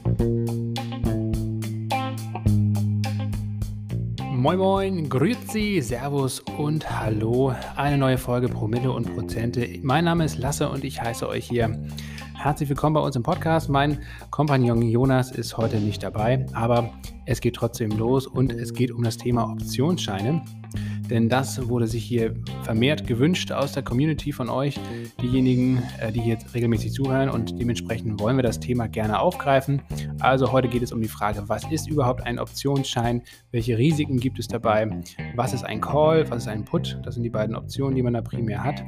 Moin Moin, Grüezi, Servus und Hallo. Eine neue Folge Promille und Prozente. Mein Name ist Lasse und ich heiße euch hier herzlich willkommen bei uns im Podcast. Mein Kompagnon Jonas ist heute nicht dabei, aber es geht trotzdem los und es geht um das Thema Optionsscheine. Denn das wurde sich hier vermehrt gewünscht aus der Community von euch, diejenigen, die jetzt regelmäßig zuhören, und dementsprechend wollen wir das Thema gerne aufgreifen. Also heute geht es um die Frage, was ist überhaupt ein Optionsschein, welche Risiken gibt es dabei, was ist ein Call, was ist ein Put, das sind die beiden Optionen, die man da primär hat.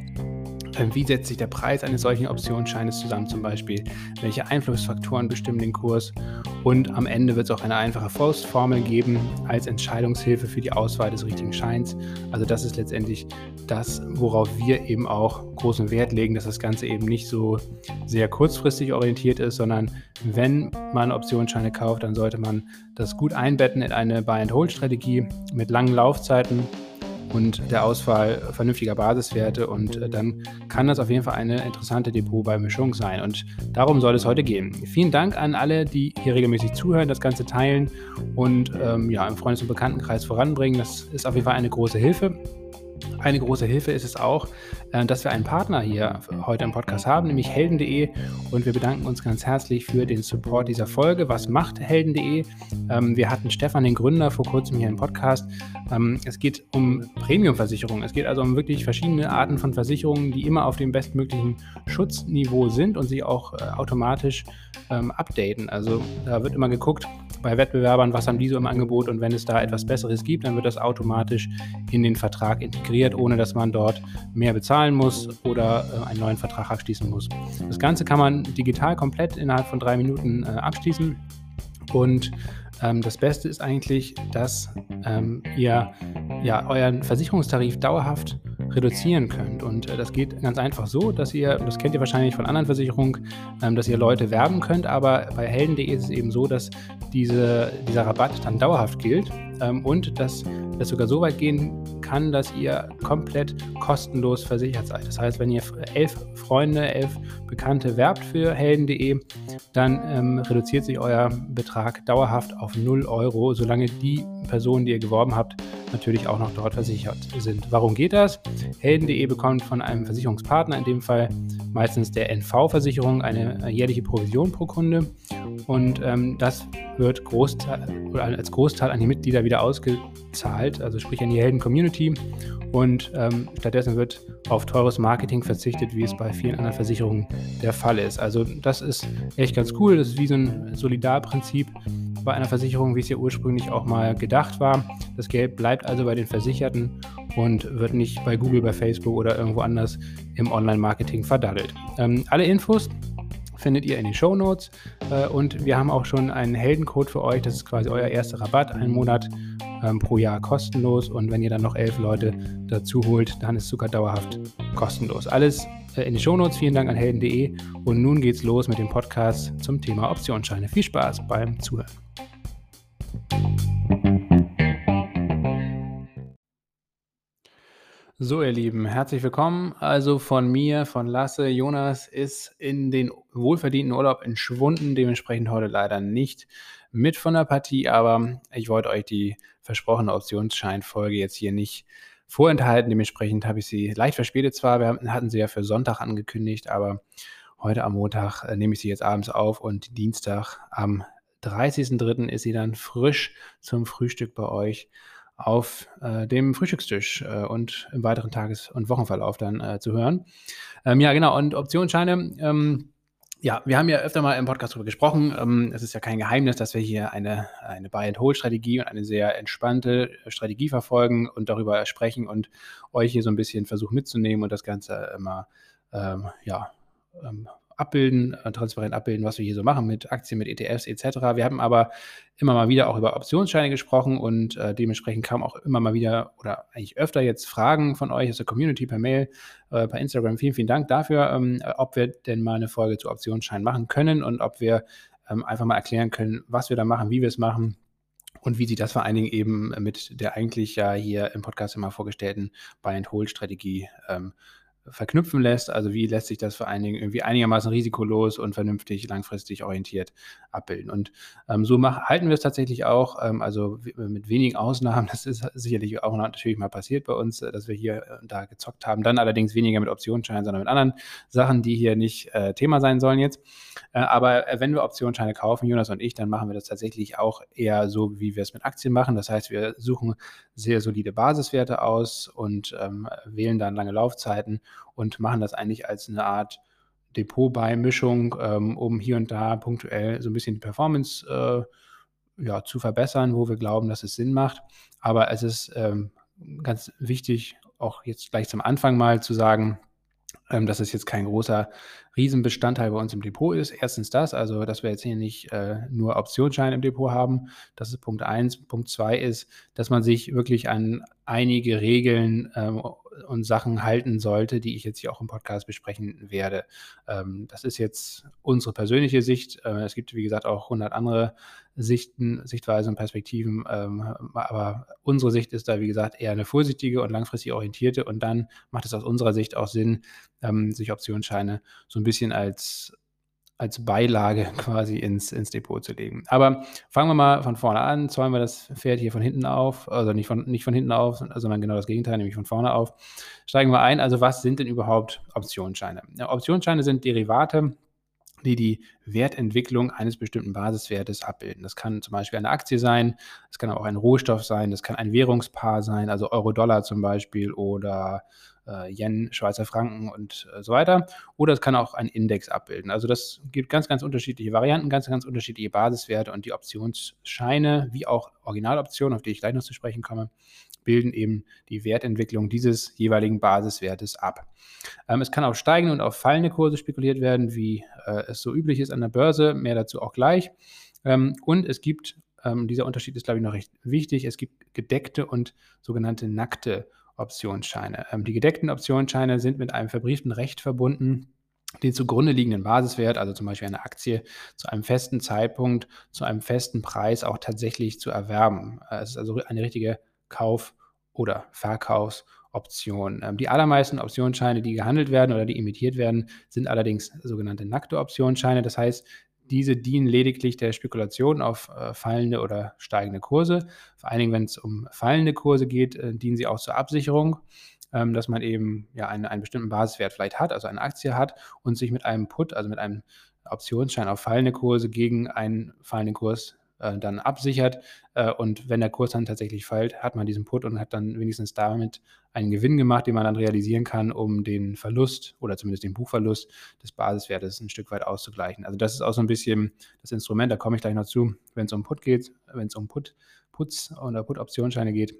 Wie setzt sich der Preis eines solchen Optionsscheines zusammen zum Beispiel? Welche Einflussfaktoren bestimmen den Kurs? Und am Ende wird es auch eine einfache Faustformel geben als Entscheidungshilfe für die Auswahl des richtigen Scheins. Also das ist letztendlich das, worauf wir eben auch großen Wert legen, dass das Ganze eben nicht so sehr kurzfristig orientiert ist, sondern wenn man Optionsscheine kauft, dann sollte man das gut einbetten in eine Buy-and-Hold-Strategie mit langen Laufzeiten und der Auswahl vernünftiger Basiswerte, und dann kann das auf jeden Fall eine interessante Depotbeimischung sein, und darum soll es heute gehen. Vielen Dank an alle, die hier regelmäßig zuhören, das Ganze teilen und im Freundes- und Bekanntenkreis voranbringen. Das ist auf jeden Fall eine große Hilfe. Eine große Hilfe ist es auch, dass wir einen Partner hier heute im Podcast haben, nämlich helden.de, und wir bedanken uns ganz herzlich für den Support dieser Folge. Was macht helden.de? Wir hatten Stefan, den Gründer, vor kurzem hier im Podcast. Es geht um Premiumversicherungen. Es geht also um wirklich verschiedene Arten von Versicherungen, die immer auf dem bestmöglichen Schutzniveau sind und sich auch automatisch updaten. Also da wird immer geguckt bei Wettbewerbern, was haben die so im Angebot, und wenn es da etwas Besseres gibt, dann wird das automatisch in den Vertrag integriert, ohne dass man dort mehr bezahlen muss oder einen neuen Vertrag abschließen muss. Das Ganze kann man digital komplett innerhalb von 3 Minuten abschließen, und das Beste ist eigentlich, dass ihr euren Versicherungstarif dauerhaft reduzieren könnt, und das geht ganz einfach so, dass ihr, das kennt ihr wahrscheinlich von anderen Versicherungen, dass ihr Leute werben könnt, aber bei helden.de ist es eben so, dass dieser Rabatt dann dauerhaft gilt, und dass es sogar so weit gehen kann, dass ihr komplett kostenlos versichert seid. Das heißt, wenn ihr 11 Freunde, 11 Bekannte werbt für helden.de, dann reduziert sich euer Betrag dauerhaft auf 0 Euro, solange die Personen, die ihr geworben habt, natürlich auch noch dort versichert sind. Warum geht das? Helden.de bekommt von einem Versicherungspartner, in dem Fall meistens der NV-Versicherung, eine jährliche Provision pro Kunde, und das wird als Großteil an die Mitglieder wieder ausgezahlt, also sprich an die Helden-Community, und stattdessen wird auf teures Marketing verzichtet, wie es bei vielen anderen Versicherungen der Fall ist. Also das ist echt ganz cool, das ist wie so ein Solidarprinzip bei einer Versicherung, wie es ja ursprünglich auch mal gedacht war. Das Geld bleibt also bei den Versicherten und wird nicht bei Google, bei Facebook oder irgendwo anders im Online-Marketing verdaddelt. Alle Infos findet ihr in den Shownotes, und wir haben auch schon einen Heldencode für euch. Das ist quasi euer erster Rabatt, 1 Monat pro Jahr kostenlos, und wenn ihr dann noch 11 Leute dazu holt, dann ist es sogar dauerhaft kostenlos. Alles in den Shownotes. Vielen Dank an helden.de, und nun geht's los mit dem Podcast zum Thema Optionsscheine. Viel Spaß beim Zuhören. So, ihr Lieben, herzlich willkommen. Also von mir, von Lasse. Jonas ist in den wohlverdienten Urlaub entschwunden, dementsprechend heute leider nicht mit von der Partie, aber ich wollte euch die versprochene Optionsscheinfolge jetzt hier nicht vorenthalten. Dementsprechend habe ich sie leicht verspätet zwar, wir hatten sie ja für Sonntag angekündigt, aber heute am Montag nehme ich sie jetzt abends auf, und Dienstag am 30.03. ist sie dann frisch zum Frühstück bei euch auf dem Frühstückstisch und im weiteren Tages- und Wochenverlauf dann zu hören. Genau, und Optionsscheine, wir haben ja öfter mal im Podcast darüber gesprochen. Es ist ja kein Geheimnis, dass wir hier eine Buy-and-Hold-Strategie und eine sehr entspannte Strategie verfolgen und darüber sprechen und euch hier so ein bisschen versuchen mitzunehmen und das Ganze immer transparent abbilden, was wir hier so machen mit Aktien, mit ETFs etc. Wir haben aber immer mal wieder auch über Optionsscheine gesprochen, und dementsprechend kamen auch immer mal wieder oder eigentlich öfter jetzt Fragen von euch aus der Community per Mail, per Instagram. Vielen, vielen Dank dafür, ob wir denn mal eine Folge zu Optionsscheinen machen können und ob wir einfach mal erklären können, was wir da machen, wie wir es machen und wie sich das vor allen Dingen eben mit der eigentlich ja hier im Podcast immer vorgestellten Buy-and-Hold-Strategie verknüpfen lässt. Also wie lässt sich das vor allen Dingen irgendwie einigermaßen risikolos und vernünftig langfristig orientiert abbilden. Und so halten wir es tatsächlich auch, also mit wenigen Ausnahmen. Das ist sicherlich auch natürlich mal passiert bei uns, dass wir hier und da gezockt haben. Dann allerdings weniger mit Optionsscheinen, sondern mit anderen Sachen, die hier nicht Thema sein sollen jetzt. Aber wenn wir Optionsscheine kaufen, Jonas und ich, dann machen wir das tatsächlich auch eher so, wie wir es mit Aktien machen. Das heißt, wir suchen sehr solide Basiswerte aus und wählen dann lange Laufzeiten und machen das eigentlich als eine Art Depotbeimischung, um hier und da punktuell so ein bisschen die Performance ja, zu verbessern, wo wir glauben, dass es Sinn macht. Aber es ist ganz wichtig, auch jetzt gleich zum Anfang mal zu sagen, dass es jetzt kein großer Riesenbestandteil bei uns im Depot ist. Erstens das, also dass wir jetzt hier nicht nur Optionsscheine im Depot haben. Das ist Punkt eins. Punkt 2 ist, dass man sich wirklich an einige Regeln und Sachen halten sollte, die ich jetzt hier auch im Podcast besprechen werde. Das ist jetzt unsere persönliche Sicht. Es gibt, wie gesagt, auch 100 andere Sichtweisen und Perspektiven. Aber unsere Sicht ist da, wie gesagt, eher eine vorsichtige und langfristig orientierte. Und dann macht es aus unserer Sicht auch Sinn, sich Optionsscheine so ein bisschen als Beilage quasi ins Depot zu legen. Aber fangen wir mal von vorne an, zäumen wir das Pferd hier von hinten auf, also nicht von hinten auf, sondern genau das Gegenteil, nämlich von vorne auf. Steigen wir ein. Also was sind denn überhaupt Optionsscheine? Ja, Optionsscheine sind Derivate, die Wertentwicklung eines bestimmten Basiswertes abbilden. Das kann zum Beispiel eine Aktie sein, das kann auch ein Rohstoff sein, das kann ein Währungspaar sein, also Euro-Dollar zum Beispiel oder Yen, Schweizer Franken und so weiter. Oder es kann auch ein Index abbilden. Also das gibt ganz, ganz unterschiedliche Varianten, ganz, ganz unterschiedliche Basiswerte und die Optionsscheine, wie auch Originaloptionen, auf die ich gleich noch zu sprechen komme, bilden eben die Wertentwicklung dieses jeweiligen Basiswertes ab. Es kann auf steigende und auf fallende Kurse spekuliert werden, wie es so üblich ist an der Börse. Mehr dazu auch gleich. Und es gibt, dieser Unterschied ist, glaube ich, noch recht wichtig, es gibt gedeckte und sogenannte nackte Optionsscheine. Die gedeckten Optionsscheine sind mit einem verbrieften Recht verbunden, den zugrunde liegenden Basiswert, also zum Beispiel eine Aktie, zu einem festen Zeitpunkt, zu einem festen Preis auch tatsächlich zu erwerben. Es ist also eine richtige Kauf- oder Verkaufsoption. Die allermeisten Optionsscheine, die gehandelt werden oder die emittiert werden, sind allerdings sogenannte nackte Optionsscheine. Das heißt, diese dienen lediglich der Spekulation auf fallende oder steigende Kurse. Vor allen Dingen, wenn es um fallende Kurse geht, dienen sie auch zur Absicherung, dass man eben ja einen bestimmten Basiswert vielleicht hat, also eine Aktie hat und sich mit einem Put, also mit einem Optionsschein auf fallende Kurse gegen einen fallenden Kurs dann absichert. Und wenn der Kurs dann tatsächlich fällt, hat man diesen Put und hat dann wenigstens damit einen Gewinn gemacht, den man dann realisieren kann, um den Verlust oder zumindest den Buchverlust des Basiswertes ein Stück weit auszugleichen. Also das ist auch so ein bisschen das Instrument, da komme ich gleich noch zu, wenn es um Put geht, wenn es um Puts oder Put-Optionsscheine geht.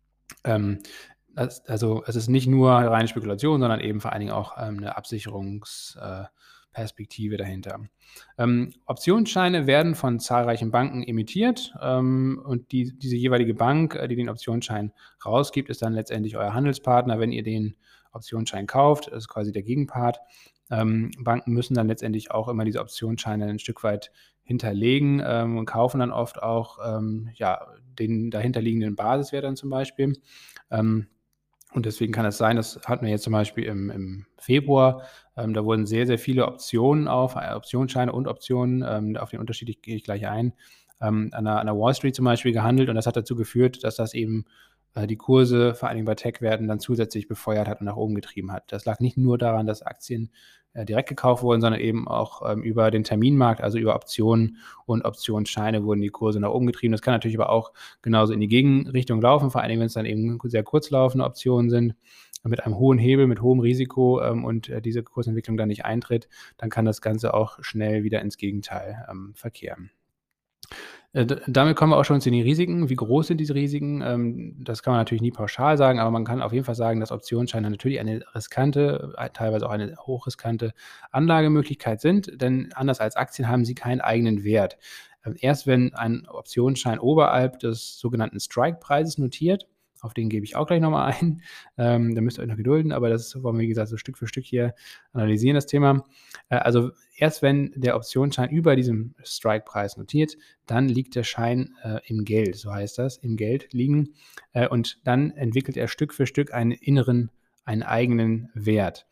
Also es ist nicht nur reine Spekulation, sondern eben vor allen Dingen auch eine Absicherungsperspektive dahinter. Optionsscheine werden von zahlreichen Banken emittiert und diese jeweilige Bank, die den Optionsschein rausgibt, ist dann letztendlich euer Handelspartner, wenn ihr den Optionsschein kauft. Das ist quasi der Gegenpart. Banken müssen dann letztendlich auch immer diese Optionsscheine ein Stück weit hinterlegen und kaufen dann oft auch ja, den dahinterliegenden Basiswert dann zum Beispiel. Und deswegen kann es sein, das hatten wir jetzt zum Beispiel im Februar, da wurden sehr, sehr viele Optionen Optionsscheine und Optionen, auf den Unterschied gehe ich gleich ein, an der Wall Street zum Beispiel gehandelt und das hat dazu geführt, dass das eben die Kurse, vor allen Dingen bei Tech-Werten, dann zusätzlich befeuert hat und nach oben getrieben hat. Das lag nicht nur daran, dass Aktien direkt gekauft wurden, sondern eben auch über den Terminmarkt, also über Optionen und Optionsscheine wurden die Kurse nach oben getrieben. Das kann natürlich aber auch genauso in die Gegenrichtung laufen, vor allen Dingen, wenn es dann eben sehr kurzlaufende Optionen sind, mit einem hohen Hebel, mit hohem Risiko und diese Kursentwicklung dann nicht eintritt, dann kann das Ganze auch schnell wieder ins Gegenteil verkehren. Damit kommen wir auch schon zu den Risiken. Wie groß sind diese Risiken? Das kann man natürlich nie pauschal sagen, aber man kann auf jeden Fall sagen, dass Optionsscheine natürlich eine riskante, teilweise auch eine hochriskante Anlagemöglichkeit sind, denn anders als Aktien haben sie keinen eigenen Wert. Erst wenn ein Optionsschein oberhalb des sogenannten Strike-Preises notiert, auf den gebe ich auch gleich nochmal ein, da müsst ihr euch noch gedulden, aber das wollen wir, wie gesagt, so Stück für Stück hier analysieren, das Thema. Also erst wenn der Optionsschein über diesem Strike-Preis notiert, dann liegt der Schein im Geld, so heißt das, im Geld liegen. Und dann entwickelt er Stück für Stück einen inneren einen eigenen Wert.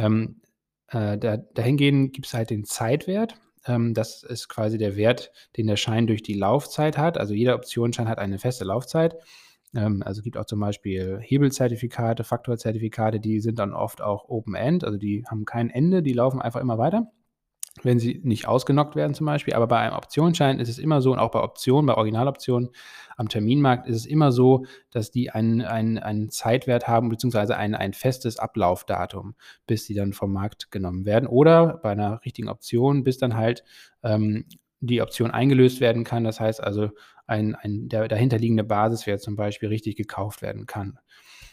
Dahingehend gibt es halt den Zeitwert. Das ist quasi der Wert, den der Schein durch die Laufzeit hat. Also jeder Optionsschein hat eine feste Laufzeit. Also gibt auch zum Beispiel Hebelzertifikate, Faktorzertifikate, die sind dann oft auch Open-End, also die haben kein Ende, die laufen einfach immer weiter, wenn sie nicht ausgenockt werden zum Beispiel. Aber bei einem Optionsschein ist es immer so und auch bei Optionen, bei Originaloptionen am Terminmarkt ist es immer so, dass die einen Zeitwert haben beziehungsweise ein festes Ablaufdatum, bis sie dann vom Markt genommen werden. Oder bei einer richtigen Option, bis dann halt die Option eingelöst werden kann. Das heißt also, der dahinterliegende Basiswert zum Beispiel richtig gekauft werden kann.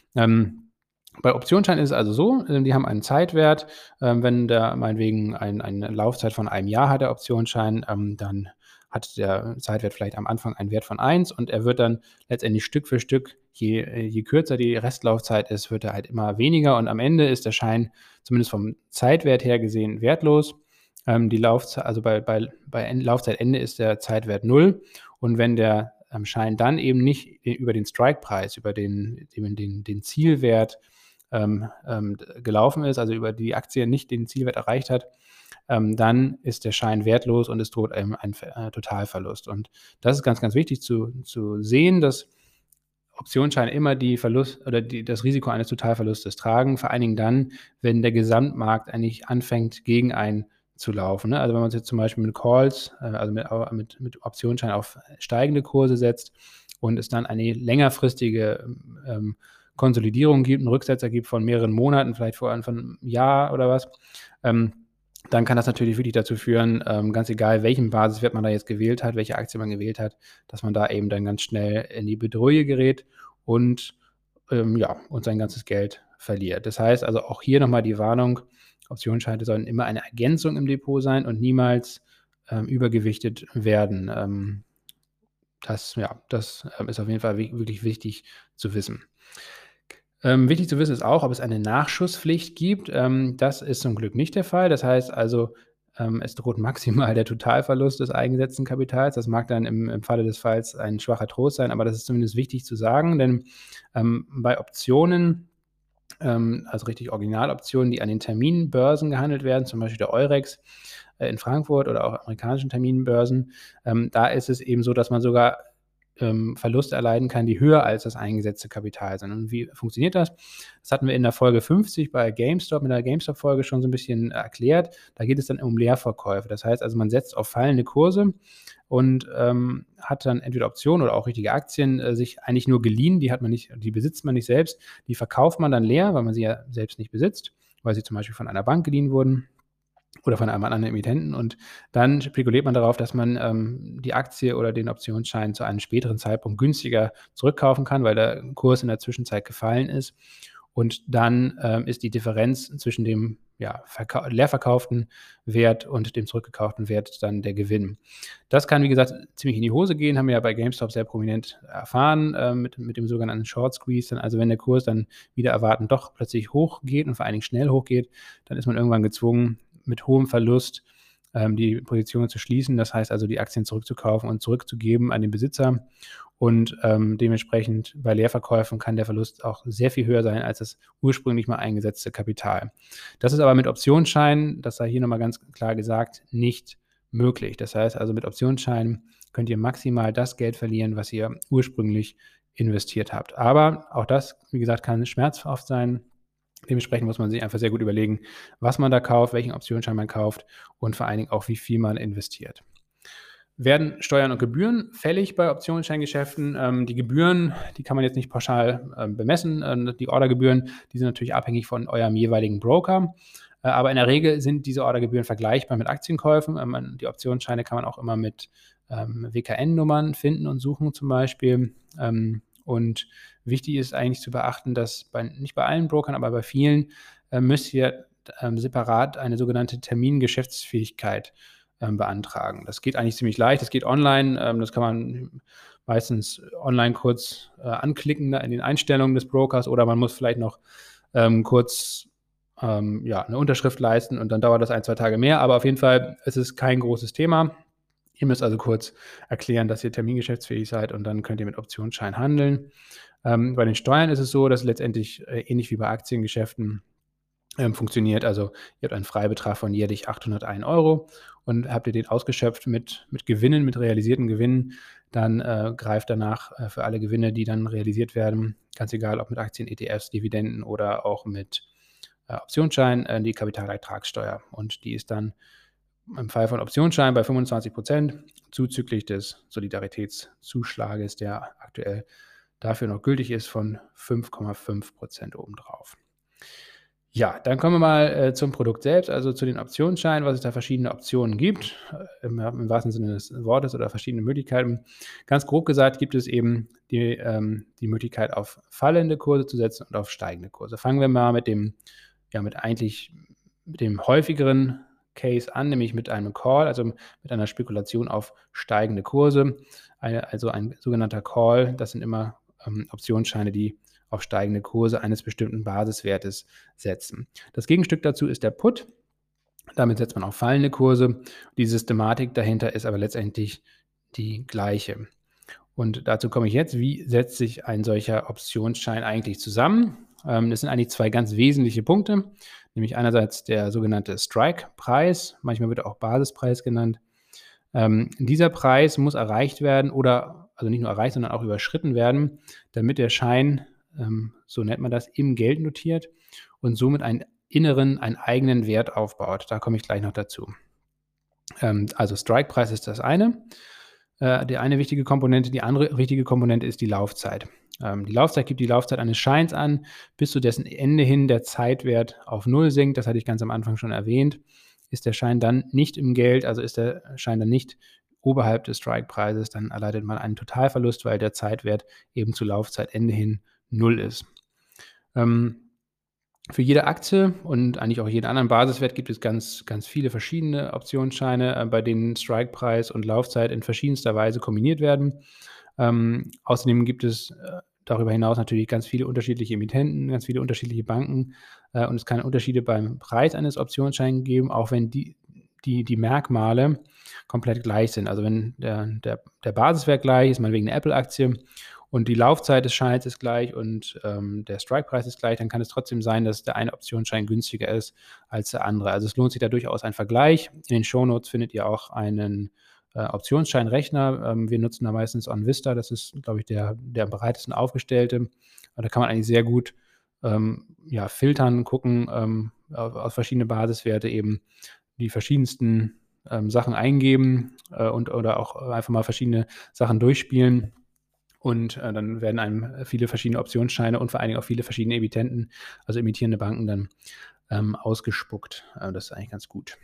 Bei Optionsscheinen ist es also so, die haben einen Zeitwert. Wenn der meinetwegen eine Laufzeit von einem Jahr hat, der Optionsschein, dann hat der Zeitwert vielleicht am Anfang einen Wert von 1 und er wird dann letztendlich Stück für Stück, je kürzer die Restlaufzeit ist, wird er halt immer weniger und am Ende ist der Schein zumindest vom Zeitwert her gesehen wertlos. Die Laufzeit, also bei Laufzeitende ist der Zeitwert 0 und wenn der Schein dann eben nicht über den Strike-Preis, über den Zielwert gelaufen ist, also über die Aktie nicht den Zielwert erreicht hat, dann ist der Schein wertlos und es droht einem ein Totalverlust. Und das ist ganz, ganz wichtig zu sehen, dass Optionsscheine immer das Risiko eines Totalverlustes tragen, vor allen Dingen dann, wenn der Gesamtmarkt eigentlich anfängt, gegen einen zu laufen. Ne? Also wenn man jetzt zum Beispiel mit Calls, also mit Optionsscheinen auf steigende Kurse setzt und es dann eine längerfristige Konsolidierung gibt, einen Rücksetzer gibt von mehreren Monaten, vielleicht von einem Jahr oder was, dann kann das natürlich wirklich dazu führen, ganz egal, welchen Basiswert man da jetzt gewählt hat, welche Aktie man gewählt hat, dass man da eben dann ganz schnell in die Bedrohung gerät und sein ganzes Geld verliert. Das heißt also auch hier nochmal die Warnung, Optionsscheine sollen immer eine Ergänzung im Depot sein und niemals übergewichtet werden. Das ist auf jeden Fall wirklich wichtig zu wissen. Wichtig zu wissen ist auch, ob es eine Nachschusspflicht gibt. Das ist zum Glück nicht der Fall. Das heißt also, es droht maximal der Totalverlust des eingesetzten Kapitals. Das mag dann im Falle des Falls ein schwacher Trost sein, aber das ist zumindest wichtig zu sagen, denn bei Optionen, also richtig Originaloptionen, die an den Terminbörsen gehandelt werden, zum Beispiel der Eurex in Frankfurt oder auch amerikanischen Terminbörsen, da ist es eben so, dass man sogar Verluste erleiden kann, die höher als das eingesetzte Kapital sind. Und wie funktioniert das? Das hatten wir in der Folge 50 bei GameStop, in der GameStop-Folge schon so ein bisschen erklärt. Da geht es dann um Leerverkäufe. Das heißt also, man setzt auf fallende Kurse und hat dann entweder Optionen oder auch richtige Aktien sich eigentlich nur geliehen, die besitzt man nicht selbst, die verkauft man dann leer, weil man sie ja selbst nicht besitzt, weil sie zum Beispiel von einer Bank geliehen wurden oder von einem anderen Emittenten und dann spekuliert man darauf, dass man die Aktie oder den Optionsschein zu einem späteren Zeitpunkt günstiger zurückkaufen kann, weil der Kurs in der Zwischenzeit gefallen ist und dann ist die Differenz zwischen dem leer verkauften Wert und dem zurückgekauften Wert dann der Gewinn. Das kann, wie gesagt, ziemlich in die Hose gehen, haben wir ja bei GameStop sehr prominent erfahren mit dem sogenannten Short Squeeze. Dann, also wenn der Kurs dann wieder erwarten doch plötzlich hochgeht und vor allen Dingen schnell hochgeht, dann ist man irgendwann gezwungen, mit hohem Verlust die Position zu schließen. Das heißt also, die Aktien zurückzukaufen und zurückzugeben an den Besitzer. Und dementsprechend bei Leerverkäufen kann der Verlust auch sehr viel höher sein als das ursprünglich mal eingesetzte Kapital. Das ist aber mit Optionsscheinen, das sei hier nochmal ganz klar gesagt, nicht möglich. Das heißt also, mit Optionsscheinen könnt ihr maximal das Geld verlieren, was ihr ursprünglich investiert habt. Aber auch das, wie gesagt, kann schmerzhaft sein. Dementsprechend muss man sich einfach sehr gut überlegen, was man da kauft, welchen Optionsschein man kauft und vor allen Dingen auch, wie viel man investiert. Werden Steuern und Gebühren fällig bei Optionsscheingeschäften? Die Gebühren, die kann man jetzt nicht pauschal bemessen. Die Ordergebühren, die sind natürlich abhängig von eurem jeweiligen Broker. Aber in der Regel sind diese Ordergebühren vergleichbar mit Aktienkäufen. Die Optionsscheine kann man auch immer mit WKN-Nummern finden und suchen zum Beispiel. Und wichtig ist eigentlich zu beachten, dass nicht bei allen Brokern, aber bei vielen müsst ihr separat eine sogenannte Termingeschäftsfähigkeit beantragen. Das geht eigentlich ziemlich leicht. Das geht online. Das kann man meistens online kurz anklicken in den Einstellungen des Brokers oder man muss vielleicht noch kurz eine Unterschrift leisten und dann dauert das 1, 2 Tage mehr. Aber auf jeden Fall ist es kein großes Thema. Ihr müsst also kurz erklären, dass ihr termingeschäftsfähig seid und dann könnt ihr mit Optionsschein handeln. Bei den Steuern ist es so, dass letztendlich ähnlich wie bei Aktiengeschäften funktioniert. Also ihr habt einen Freibetrag von jährlich 801 Euro und habt ihr den ausgeschöpft mit Gewinnen, mit realisierten Gewinnen, dann greift danach für alle Gewinne, die dann realisiert werden, ganz egal ob mit Aktien, ETFs, Dividenden oder auch mit Optionsschein, die Kapitalertragssteuer. Und die ist dann im Fall von Optionsschein bei 25% zuzüglich des Solidaritätszuschlages, der aktuell dafür noch gültig ist, von 5,5% obendrauf. Ja, dann kommen wir mal zum Produkt selbst, also zu den Optionsscheinen, was es da verschiedene Optionen gibt, im wahrsten Sinne des Wortes oder verschiedene Möglichkeiten. Ganz grob gesagt gibt es eben die Möglichkeit, auf fallende Kurse zu setzen und auf steigende Kurse. Fangen wir mal mit dem häufigeren Case an, nämlich mit einem Call, also mit einer Spekulation auf steigende Kurse. Also ein sogenannter Call, das sind immer Optionsscheine, die auf steigende Kurse eines bestimmten Basiswertes setzen. Das Gegenstück dazu ist der Put. Damit setzt man auf fallende Kurse. Die Systematik dahinter ist aber letztendlich die gleiche. Und dazu komme ich jetzt. Wie setzt sich ein solcher Optionsschein eigentlich zusammen? Das sind eigentlich zwei ganz wesentliche Punkte, nämlich einerseits der sogenannte Strike-Preis, manchmal wird er auch Basispreis genannt. Dieser Preis muss erreicht werden also nicht nur erreicht, sondern auch überschritten werden, damit der Schein, so nennt man das, im Geld notiert und somit einen eigenen Wert aufbaut. Da komme ich gleich noch dazu. Also Strike-Preis ist das eine. Die eine wichtige Komponente. Die andere wichtige Komponente ist die Laufzeit. Die Laufzeit gibt die Laufzeit eines Scheins an, bis zu dessen Ende hin der Zeitwert auf Null sinkt. Das hatte ich ganz am Anfang schon erwähnt. Ist der Schein dann nicht im Geld, also ist der Schein dann nicht oberhalb des Strike-Preises, dann erleidet man einen Totalverlust, weil der Zeitwert eben zu Laufzeitende hin Null ist. Für jede Aktie und eigentlich auch jeden anderen Basiswert gibt es ganz, ganz viele verschiedene Optionsscheine, bei denen Strike-Preis und Laufzeit in verschiedenster Weise kombiniert werden. Außerdem gibt es darüber hinaus natürlich ganz viele unterschiedliche Emittenten, ganz viele unterschiedliche Banken und es kann Unterschiede beim Preis eines Optionsscheins geben, auch wenn die Merkmale komplett gleich sind. Also wenn der Basiswert gleich ist, meinetwegen eine Apple-Aktie, und die Laufzeit des Scheins ist gleich und der Strike-Preis ist gleich, dann kann es trotzdem sein, dass der eine Optionsschein günstiger ist als der andere. Also es lohnt sich da durchaus ein Vergleich. In den Shownotes findet ihr auch einen Optionsscheinrechner. Wir nutzen da meistens OnVista, das ist, glaube ich, der am breitesten aufgestellte. Und da kann man eigentlich sehr gut filtern, gucken, auf verschiedene Basiswerte eben die verschiedensten Sachen eingeben oder auch einfach mal verschiedene Sachen durchspielen. Und dann werden einem viele verschiedene Optionsscheine und vor allen Dingen auch viele verschiedene Emittenten, also emittierende Banken, dann ausgespuckt. Das ist eigentlich ganz gut.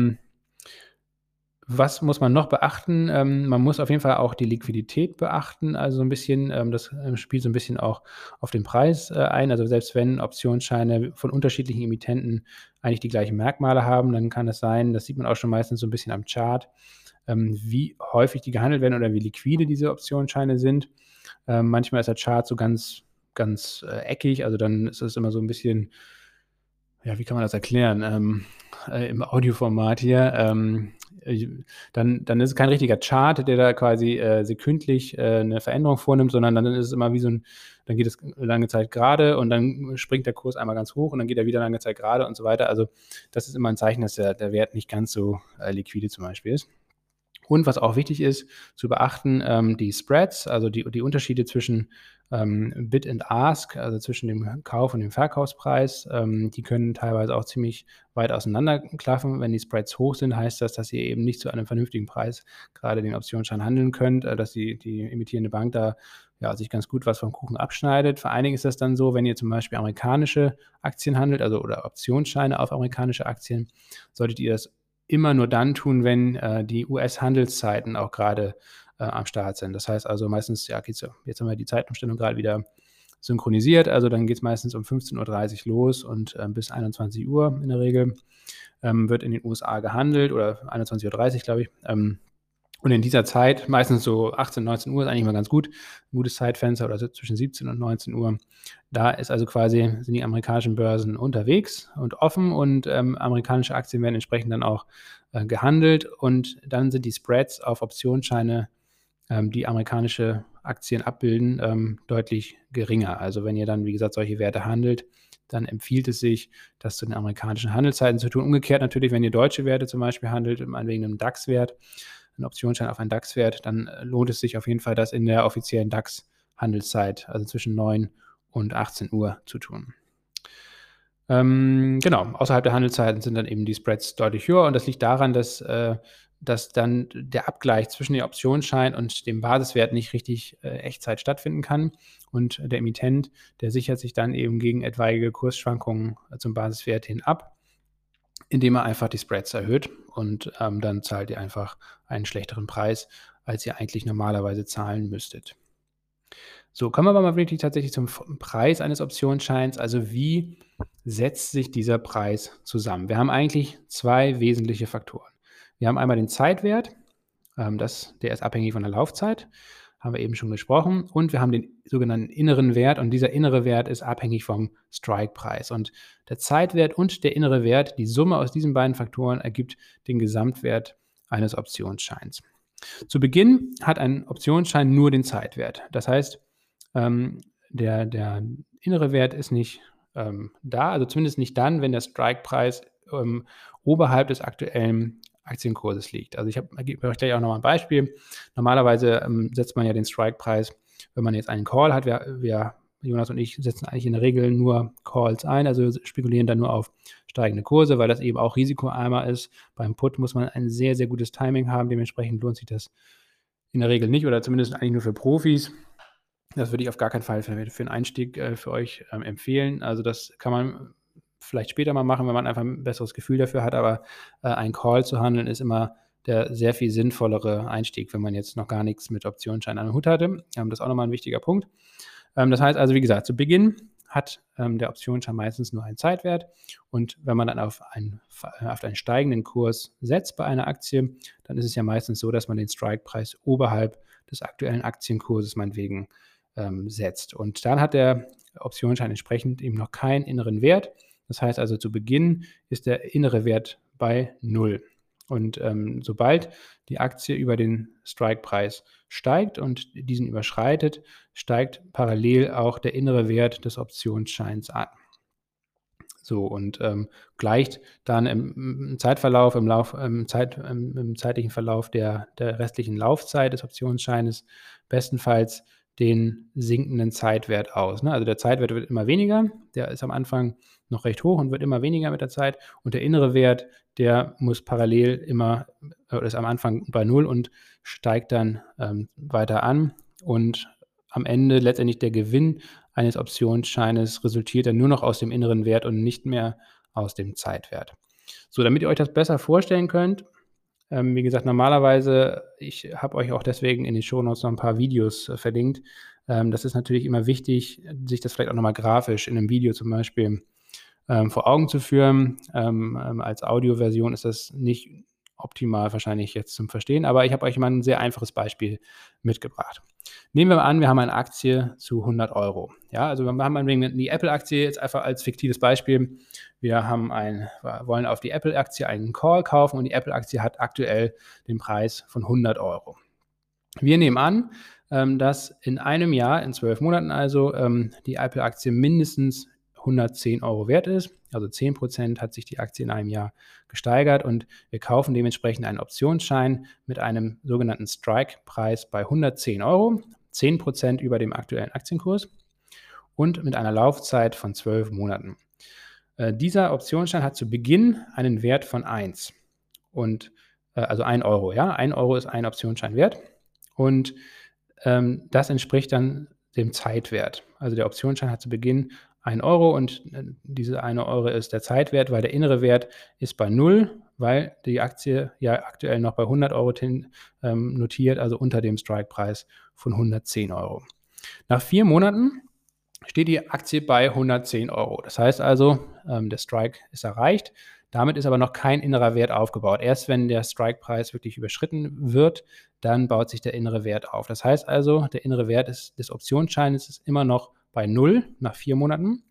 Was muss man noch beachten? Man muss auf jeden Fall auch die Liquidität beachten, also so ein bisschen, das spielt so ein bisschen auch auf den Preis ein. Also selbst wenn Optionsscheine von unterschiedlichen Emittenten eigentlich die gleichen Merkmale haben, dann kann es sein, das sieht man auch schon meistens so ein bisschen am Chart, wie häufig die gehandelt werden oder wie liquide diese Optionsscheine sind. Manchmal ist der Chart so ganz, ganz eckig, also dann ist es immer so ein bisschen, ja, wie kann man das erklären? Im Audioformat hier, dann ist es kein richtiger Chart, der da quasi sekündlich eine Veränderung vornimmt, sondern dann ist es immer wie dann geht es lange Zeit gerade und dann springt der Kurs einmal ganz hoch und dann geht er wieder lange Zeit gerade und so weiter. Also das ist immer ein Zeichen, dass der Wert nicht ganz so liquide zum Beispiel ist. Und was auch wichtig ist zu beachten, die Spreads, also die Unterschiede zwischen Bid and Ask, also zwischen dem Kauf- und dem Verkaufspreis, die können teilweise auch ziemlich weit auseinanderklaffen. Wenn die Spreads hoch sind, heißt das, dass ihr eben nicht zu einem vernünftigen Preis gerade den Optionsschein handeln könnt, dass die emittierende Bank da sich ganz gut was vom Kuchen abschneidet. Vor allen Dingen ist das dann so, wenn ihr zum Beispiel amerikanische Aktien handelt, also oder Optionsscheine auf amerikanische Aktien, solltet ihr das immer nur dann tun, wenn die US-Handelszeiten auch gerade am Start sind. Das heißt also meistens, jetzt haben wir die Zeitumstellung gerade wieder synchronisiert, also dann geht es meistens um 15:30 Uhr los und bis 21 Uhr in der Regel wird in den USA gehandelt oder 21:30 Uhr, glaube ich. Und in dieser Zeit, meistens so 18, 19 Uhr, ist eigentlich mal ganz gut, ein gutes Zeitfenster oder so zwischen 17 und 19 Uhr. Da ist also sind die amerikanischen Börsen unterwegs und offen und amerikanische Aktien werden entsprechend dann auch gehandelt und dann sind die Spreads auf Optionsscheine, die amerikanische Aktien abbilden, deutlich geringer. Also wenn ihr dann, wie gesagt, solche Werte handelt, dann empfiehlt es sich, das zu den amerikanischen Handelszeiten zu tun. Umgekehrt natürlich, wenn ihr deutsche Werte zum Beispiel handelt, meinetwegen einem DAX-Wert, einen Optionsschein auf einen DAX-Wert, dann lohnt es sich auf jeden Fall, das in der offiziellen DAX-Handelszeit, also zwischen 9 und 18 Uhr zu tun. Genau, außerhalb der Handelszeiten sind dann eben die Spreads deutlich höher und das liegt daran, dass dann der Abgleich zwischen dem Optionsschein und dem Basiswert nicht richtig Echtzeit stattfinden kann und der Emittent, der sichert sich dann eben gegen etwaige Kursschwankungen zum Basiswert hin ab, indem er einfach die Spreads erhöht und dann zahlt ihr einfach einen schlechteren Preis, als ihr eigentlich normalerweise zahlen müsstet. So, kommen wir aber mal wirklich tatsächlich zum Preis eines Optionsscheins. Also wie setzt sich dieser Preis zusammen? Wir haben eigentlich zwei wesentliche Faktoren. Wir haben einmal den Zeitwert, der ist abhängig von der Laufzeit, haben wir eben schon gesprochen. Und wir haben den sogenannten inneren Wert und dieser innere Wert ist abhängig vom Strike-Preis. Und der Zeitwert und der innere Wert, die Summe aus diesen beiden Faktoren ergibt den Gesamtwert eines Optionsscheins. Zu Beginn hat ein Optionsschein nur den Zeitwert. Das heißt, der innere Wert ist nicht da, also zumindest nicht dann, wenn der Strike-Preis oberhalb des aktuellen Aktienkurses liegt. Also ich gebe euch gleich auch nochmal ein Beispiel. Normalerweise setzt man ja den Strike-Preis, wenn man jetzt einen Call hat. Wir, Jonas und ich, setzen eigentlich in der Regel nur Calls ein, also spekulieren dann nur auf steigende Kurse, weil das eben auch risikoarmer ist. Beim Put muss man ein sehr, sehr gutes Timing haben. Dementsprechend lohnt sich das in der Regel nicht oder zumindest eigentlich nur für Profis. Das würde ich auf gar keinen Fall für einen Einstieg für euch empfehlen. Also das kann man vielleicht später mal machen, wenn man einfach ein besseres Gefühl dafür hat, aber ein Call zu handeln ist immer der sehr viel sinnvollere Einstieg, wenn man jetzt noch gar nichts mit Optionsschein am Hut hatte. Das ist auch nochmal ein wichtiger Punkt. Das heißt also, wie gesagt, zu Beginn hat der Optionsschein meistens nur einen Zeitwert und wenn man dann auf einen steigenden Kurs setzt bei einer Aktie, dann ist es ja meistens so, dass man den Strike-Preis oberhalb des aktuellen Aktienkurses meinetwegen setzt. Und dann hat der Optionsschein entsprechend eben noch keinen inneren Wert. Das heißt also, zu Beginn ist der innere Wert bei 0. Und sobald die Aktie über den Strike-Preis steigt und diesen überschreitet, steigt parallel auch der innere Wert des Optionsscheins an. So, und gleicht dann im Zeitverlauf, im zeitlichen Verlauf der restlichen Laufzeit des Optionsscheines bestenfalls den sinkenden Zeitwert aus. Ne? Also der Zeitwert wird immer weniger, der ist am Anfang noch recht hoch und wird immer weniger mit der Zeit. Und der innere Wert, der muss parallel ist am Anfang bei 0 und steigt dann weiter an. Und am Ende letztendlich der Gewinn eines Optionsscheines resultiert dann nur noch aus dem inneren Wert und nicht mehr aus dem Zeitwert. So, damit ihr euch das besser vorstellen könnt, wie gesagt, normalerweise, ich habe euch auch deswegen in den Shownotes noch ein paar Videos verlinkt. Das ist natürlich immer wichtig, sich das vielleicht auch nochmal grafisch in einem Video zum Beispiel vor Augen zu führen. Als Audioversion ist das nicht optimal wahrscheinlich jetzt zum Verstehen, aber ich habe euch mal ein sehr einfaches Beispiel mitgebracht. Nehmen wir mal an, wir haben eine Aktie zu 100 Euro. Ja, also wir haben die Apple-Aktie jetzt einfach als fiktives Beispiel. Wir wollen auf die Apple-Aktie einen Call kaufen und die Apple-Aktie hat aktuell den Preis von 100 Euro. Wir nehmen an, dass in einem Jahr, in 12 Monaten also, die Apple-Aktie mindestens 110 Euro wert ist. Also 10% hat sich die Aktie in einem Jahr gesteigert und wir kaufen dementsprechend einen Optionsschein mit einem sogenannten Strike-Preis bei 110 Euro, 10% über dem aktuellen Aktienkurs und mit einer Laufzeit von 12 Monaten. Dieser Optionsschein hat zu Beginn einen Wert von 1 und also 1 Euro. Ja? 1 Euro ist ein Optionsschein wert und das entspricht dann dem Zeitwert. Also der Optionsschein hat zu Beginn 1 Euro und diese 1 Euro ist der Zeitwert, weil der innere Wert ist bei 0, weil die Aktie ja aktuell noch bei 100 Euro notiert, also unter dem Strike-Preis von 110 Euro. Nach 4 Monaten steht die Aktie bei 110 Euro. Das heißt also, der Strike ist erreicht. Damit ist aber noch kein innerer Wert aufgebaut. Erst wenn der Strike-Preis wirklich überschritten wird, dann baut sich der innere Wert auf. Das heißt also, der innere Wert des Optionsscheines ist immer noch bei 0 nach 4 Monaten.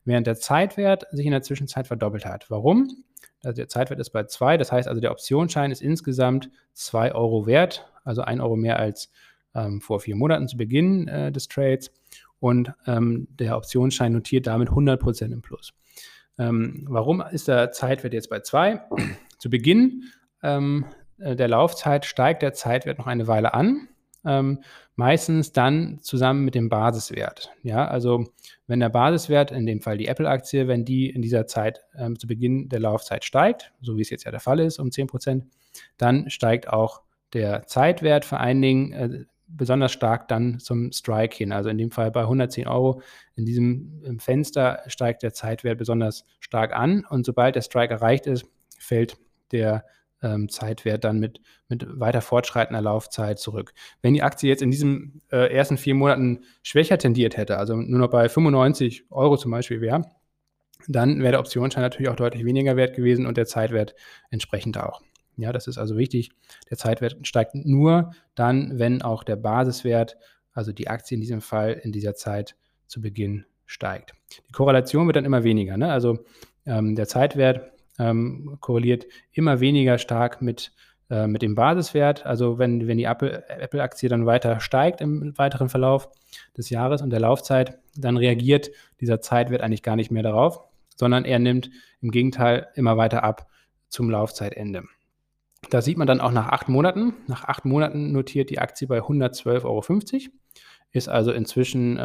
während der Zeitwert sich in der Zwischenzeit verdoppelt hat. Warum? Also der Zeitwert ist bei 2, das heißt also, der Optionsschein ist insgesamt 2 Euro wert, also 1 Euro mehr als vor 4 Monaten zu Beginn des Trades. Und der Optionsschein notiert damit 100% im Plus. Warum ist der Zeitwert jetzt bei 2? Zu Beginn der Laufzeit steigt der Zeitwert noch eine Weile an, meistens dann zusammen mit dem Basiswert. Ja, also wenn der Basiswert, in dem Fall die Apple-Aktie, wenn die in dieser Zeit zu Beginn der Laufzeit steigt, so wie es jetzt ja der Fall ist, um 10%, dann steigt auch der Zeitwert vor allen Dingen besonders stark dann zum Strike hin. Also in dem Fall bei 110 Euro. In diesem Fenster steigt der Zeitwert besonders stark an und sobald der Strike erreicht ist, fällt der Zeitwert dann mit weiter fortschreitender Laufzeit zurück. Wenn die Aktie jetzt in diesen ersten 4 Monaten schwächer tendiert hätte, also nur noch bei 95 Euro zum Beispiel wäre, dann wäre der Optionsschein natürlich auch deutlich weniger wert gewesen und der Zeitwert entsprechend auch. Ja, das ist also wichtig. Der Zeitwert steigt nur dann, wenn auch der Basiswert, also die Aktie in diesem Fall, in dieser Zeit zu Beginn steigt. Die Korrelation wird dann immer weniger. Ne? Also der Zeitwert korreliert immer weniger stark mit dem Basiswert. Also wenn die Apple-Aktie dann weiter steigt im weiteren Verlauf des Jahres und der Laufzeit, dann reagiert dieser Zeitwert eigentlich gar nicht mehr darauf, sondern er nimmt im Gegenteil immer weiter ab zum Laufzeitende. Das sieht man dann auch nach 8 Monaten. Nach 8 Monaten notiert die Aktie bei 112,50 Euro, ist also inzwischen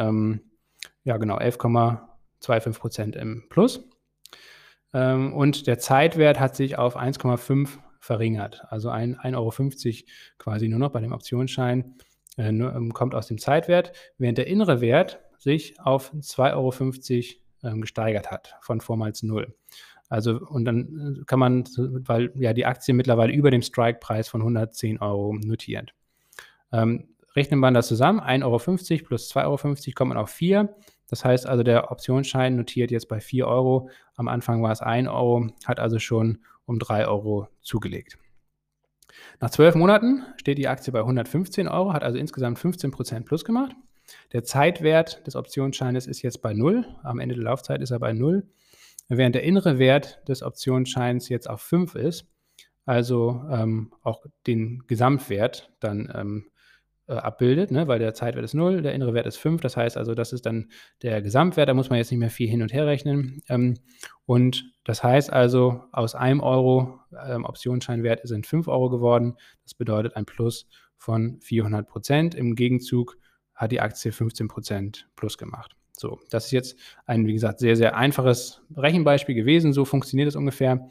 11,25% im Plus. Und der Zeitwert hat sich auf 1,5 verringert. Also 1,50 Euro quasi nur noch bei dem Optionsschein kommt aus dem Zeitwert, während der innere Wert sich auf 2,50 Euro gesteigert hat, von vormals 0. Also, und dann kann man, weil ja die Aktie mittlerweile über dem Strike-Preis von 110 Euro notiert. Rechnet man das zusammen, 1,50 Euro plus 2,50 Euro kommt man auf 4. Das heißt also, der Optionsschein notiert jetzt bei 4 Euro. Am Anfang war es 1 Euro, hat also schon um 3 Euro zugelegt. Nach 12 Monaten steht die Aktie bei 115 Euro, hat also insgesamt 15% plus gemacht. Der Zeitwert des Optionsscheines ist jetzt bei 0. Am Ende der Laufzeit ist er bei 0. Während der innere Wert des Optionsscheins jetzt auf 5 ist, also auch den Gesamtwert dann abbildet, ne, weil der Zeitwert ist 0, der innere Wert ist 5, das heißt also, das ist dann der Gesamtwert, da muss man jetzt nicht mehr viel hin und her rechnen. Und das heißt also, aus 1 Euro Optionsscheinwert sind 5 Euro geworden, das bedeutet ein Plus von 400%. Im Gegenzug hat die Aktie 15% plus gemacht. So, das ist jetzt ein, wie gesagt, sehr, sehr einfaches Rechenbeispiel gewesen. So funktioniert es ungefähr.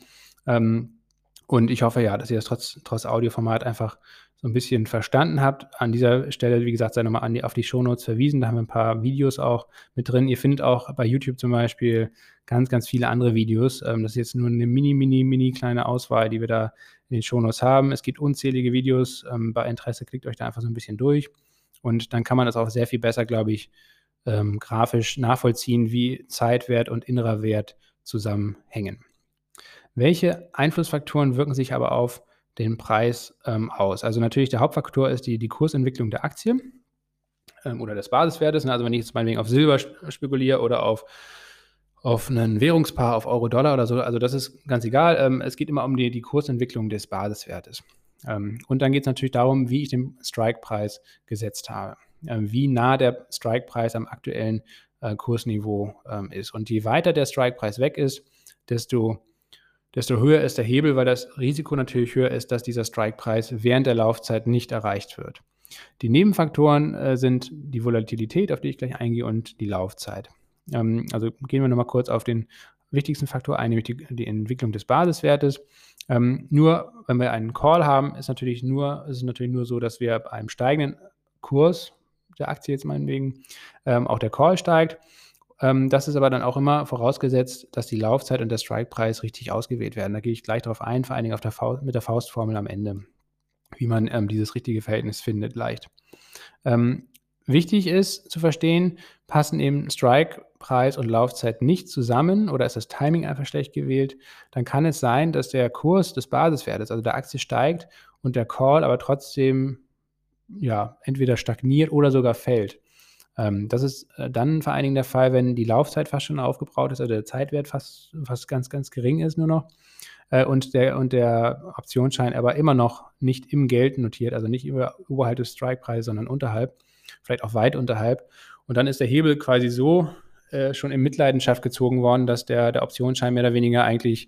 Und ich hoffe ja, dass ihr das trotz Audioformat einfach so ein bisschen verstanden habt. An dieser Stelle, wie gesagt, sei nochmal auf die Shownotes verwiesen. Da haben wir ein paar Videos auch mit drin. Ihr findet auch bei YouTube zum Beispiel ganz, ganz viele andere Videos. Das ist jetzt nur eine mini kleine Auswahl, die wir da in den Shownotes haben. Es gibt unzählige Videos. Bei Interesse klickt euch da einfach so ein bisschen durch. Und dann kann man das auch sehr viel besser, glaube ich, grafisch nachvollziehen, wie Zeitwert und innerer Wert zusammenhängen. Welche Einflussfaktoren wirken sich aber auf den Preis aus? Also natürlich der Hauptfaktor ist die Kursentwicklung der Aktie oder des Basiswertes. Also wenn ich jetzt meinetwegen auf Silber spekuliere oder auf einen Währungspaar, auf Euro-Dollar oder so, also das ist ganz egal. Es geht immer um die Kursentwicklung des Basiswertes. Und dann geht es natürlich darum, wie ich den Strike-Preis gesetzt habe. Wie nah der Strike-Preis am aktuellen Kursniveau ist. Und je weiter der Strike-Preis weg ist, desto höher ist der Hebel, weil das Risiko natürlich höher ist, dass dieser Strike-Preis während der Laufzeit nicht erreicht wird. Die Nebenfaktoren sind die Volatilität, auf die ich gleich eingehe, und die Laufzeit. Also gehen wir nochmal kurz auf den wichtigsten Faktor ein, nämlich die Entwicklung des Basiswertes. Nur wenn wir einen Call haben, ist es natürlich nur so, dass wir bei einem steigenden Kurs der Aktie jetzt meinetwegen auch der Call steigt. Das ist aber dann auch immer vorausgesetzt, dass die Laufzeit und der Strike-Preis richtig ausgewählt werden. Da gehe ich gleich darauf ein, vor allen Dingen mit der Faustformel am Ende, wie man dieses richtige Verhältnis findet, leicht. Wichtig ist zu verstehen, passen eben Strike-Preis und Laufzeit nicht zusammen oder ist das Timing einfach schlecht gewählt, dann kann es sein, dass der Kurs des Basiswertes, also der Aktie, steigt und der Call aber trotzdem entweder stagniert oder sogar fällt. Das ist dann vor allen Dingen der Fall, wenn die Laufzeit fast schon aufgebraucht ist, also der Zeitwert fast ganz, ganz gering ist nur noch, und der Optionsschein aber immer noch nicht im Geld notiert, also nicht oberhalb des Strike-Preises, sondern unterhalb, vielleicht auch weit unterhalb. Und dann ist der Hebel quasi so schon in Mitleidenschaft gezogen worden, dass der Optionsschein mehr oder weniger eigentlich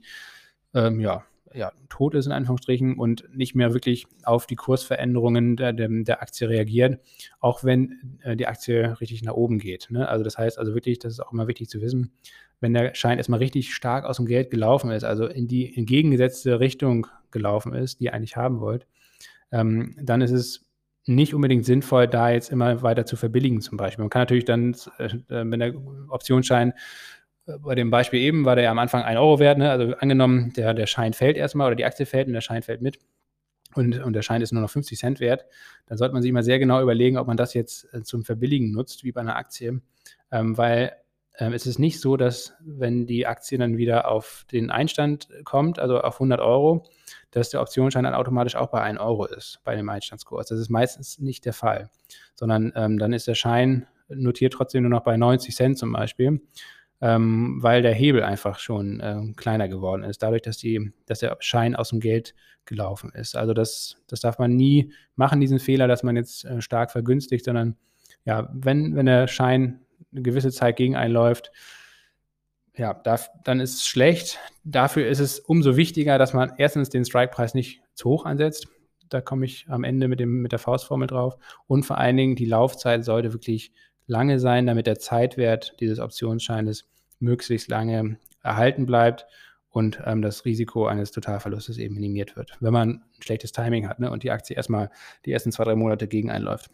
tot ist in Anführungsstrichen und nicht mehr wirklich auf die Kursveränderungen der Aktie reagiert, auch wenn die Aktie richtig nach oben geht. Ne? Also das heißt also wirklich, das ist auch immer wichtig zu wissen, wenn der Schein erstmal richtig stark aus dem Geld gelaufen ist, also in die entgegengesetzte Richtung gelaufen ist, die ihr eigentlich haben wollt, dann ist es nicht unbedingt sinnvoll, da jetzt immer weiter zu verbilligen zum Beispiel. Man kann natürlich dann, wenn der Optionsschein bei dem Beispiel eben war der ja am Anfang 1 Euro wert, ne? Also angenommen, der Schein fällt erstmal oder die Aktie fällt und der Schein fällt mit und der Schein ist nur noch 50 Cent wert, dann sollte man sich mal sehr genau überlegen, ob man das jetzt zum Verbilligen nutzt, wie bei einer Aktie, weil es ist nicht so, dass wenn die Aktie dann wieder auf den Einstand kommt, also auf 100 Euro, dass der Optionsschein dann automatisch auch bei 1 Euro ist, bei dem Einstandskurs. Das ist meistens nicht der Fall, sondern dann ist der Schein notiert trotzdem nur noch bei 90 Cent zum Beispiel, weil der Hebel einfach schon kleiner geworden ist, dadurch, dass der Schein aus dem Geld gelaufen ist. Also das darf man nie machen, diesen Fehler, dass man jetzt stark vergünstigt, sondern ja, wenn der Schein eine gewisse Zeit gegen einen läuft, ja, dann ist es schlecht. Dafür ist es umso wichtiger, dass man erstens den Strike-Preis nicht zu hoch ansetzt. Da komme ich am Ende mit der Faustformel drauf. Und vor allen Dingen, die Laufzeit sollte wirklich lange sein, damit der Zeitwert dieses Optionsscheines möglichst lange erhalten bleibt und das Risiko eines Totalverlustes eben minimiert wird, wenn man ein schlechtes Timing hat, ne, und die Aktie erstmal die ersten 2, 3 Monate gegen einläuft.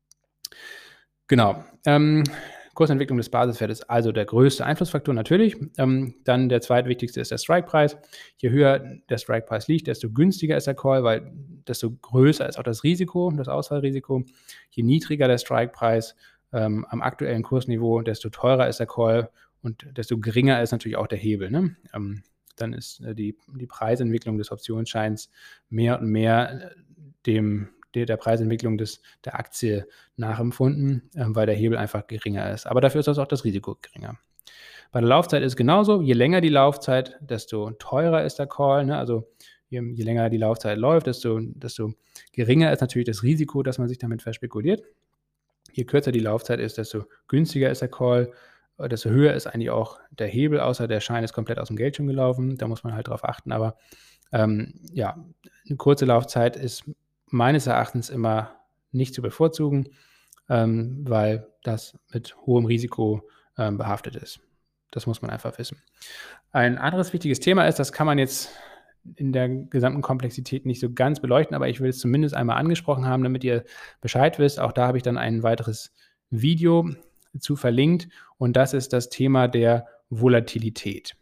Genau. Kursentwicklung des Basiswertes, also der größte Einflussfaktor natürlich. Dann der zweitwichtigste ist der Strike-Preis. Je höher der Strike-Preis liegt, desto günstiger ist der Call, weil desto größer ist auch das Risiko, das Ausfallrisiko. Je niedriger der Strike-Preis am aktuellen Kursniveau, desto teurer ist der Call und desto geringer ist natürlich auch der Hebel. Ne? Dann ist die Preisentwicklung des Optionsscheins mehr und mehr der Preisentwicklung der Aktie nachempfunden, weil der Hebel einfach geringer ist. Aber dafür ist auch das Risiko geringer. Bei der Laufzeit ist es genauso. Je länger die Laufzeit, desto teurer ist der Call. Ne? Also je länger die Laufzeit läuft, desto geringer ist natürlich das Risiko, dass man sich damit verspekuliert. Je kürzer die Laufzeit ist, desto günstiger ist der Call, desto höher ist eigentlich auch der Hebel, außer der Schein ist komplett aus dem Geld schon gelaufen. Da muss man halt drauf achten. Aber eine kurze Laufzeit ist meines Erachtens immer nicht zu bevorzugen, weil das mit hohem Risiko behaftet ist. Das muss man einfach wissen. Ein anderes wichtiges Thema ist, das kann man jetzt in der gesamten Komplexität nicht so ganz beleuchten, aber ich will es zumindest einmal angesprochen haben, damit ihr Bescheid wisst. Auch da habe ich dann ein weiteres Video zu verlinkt und das ist das Thema der Volatilität.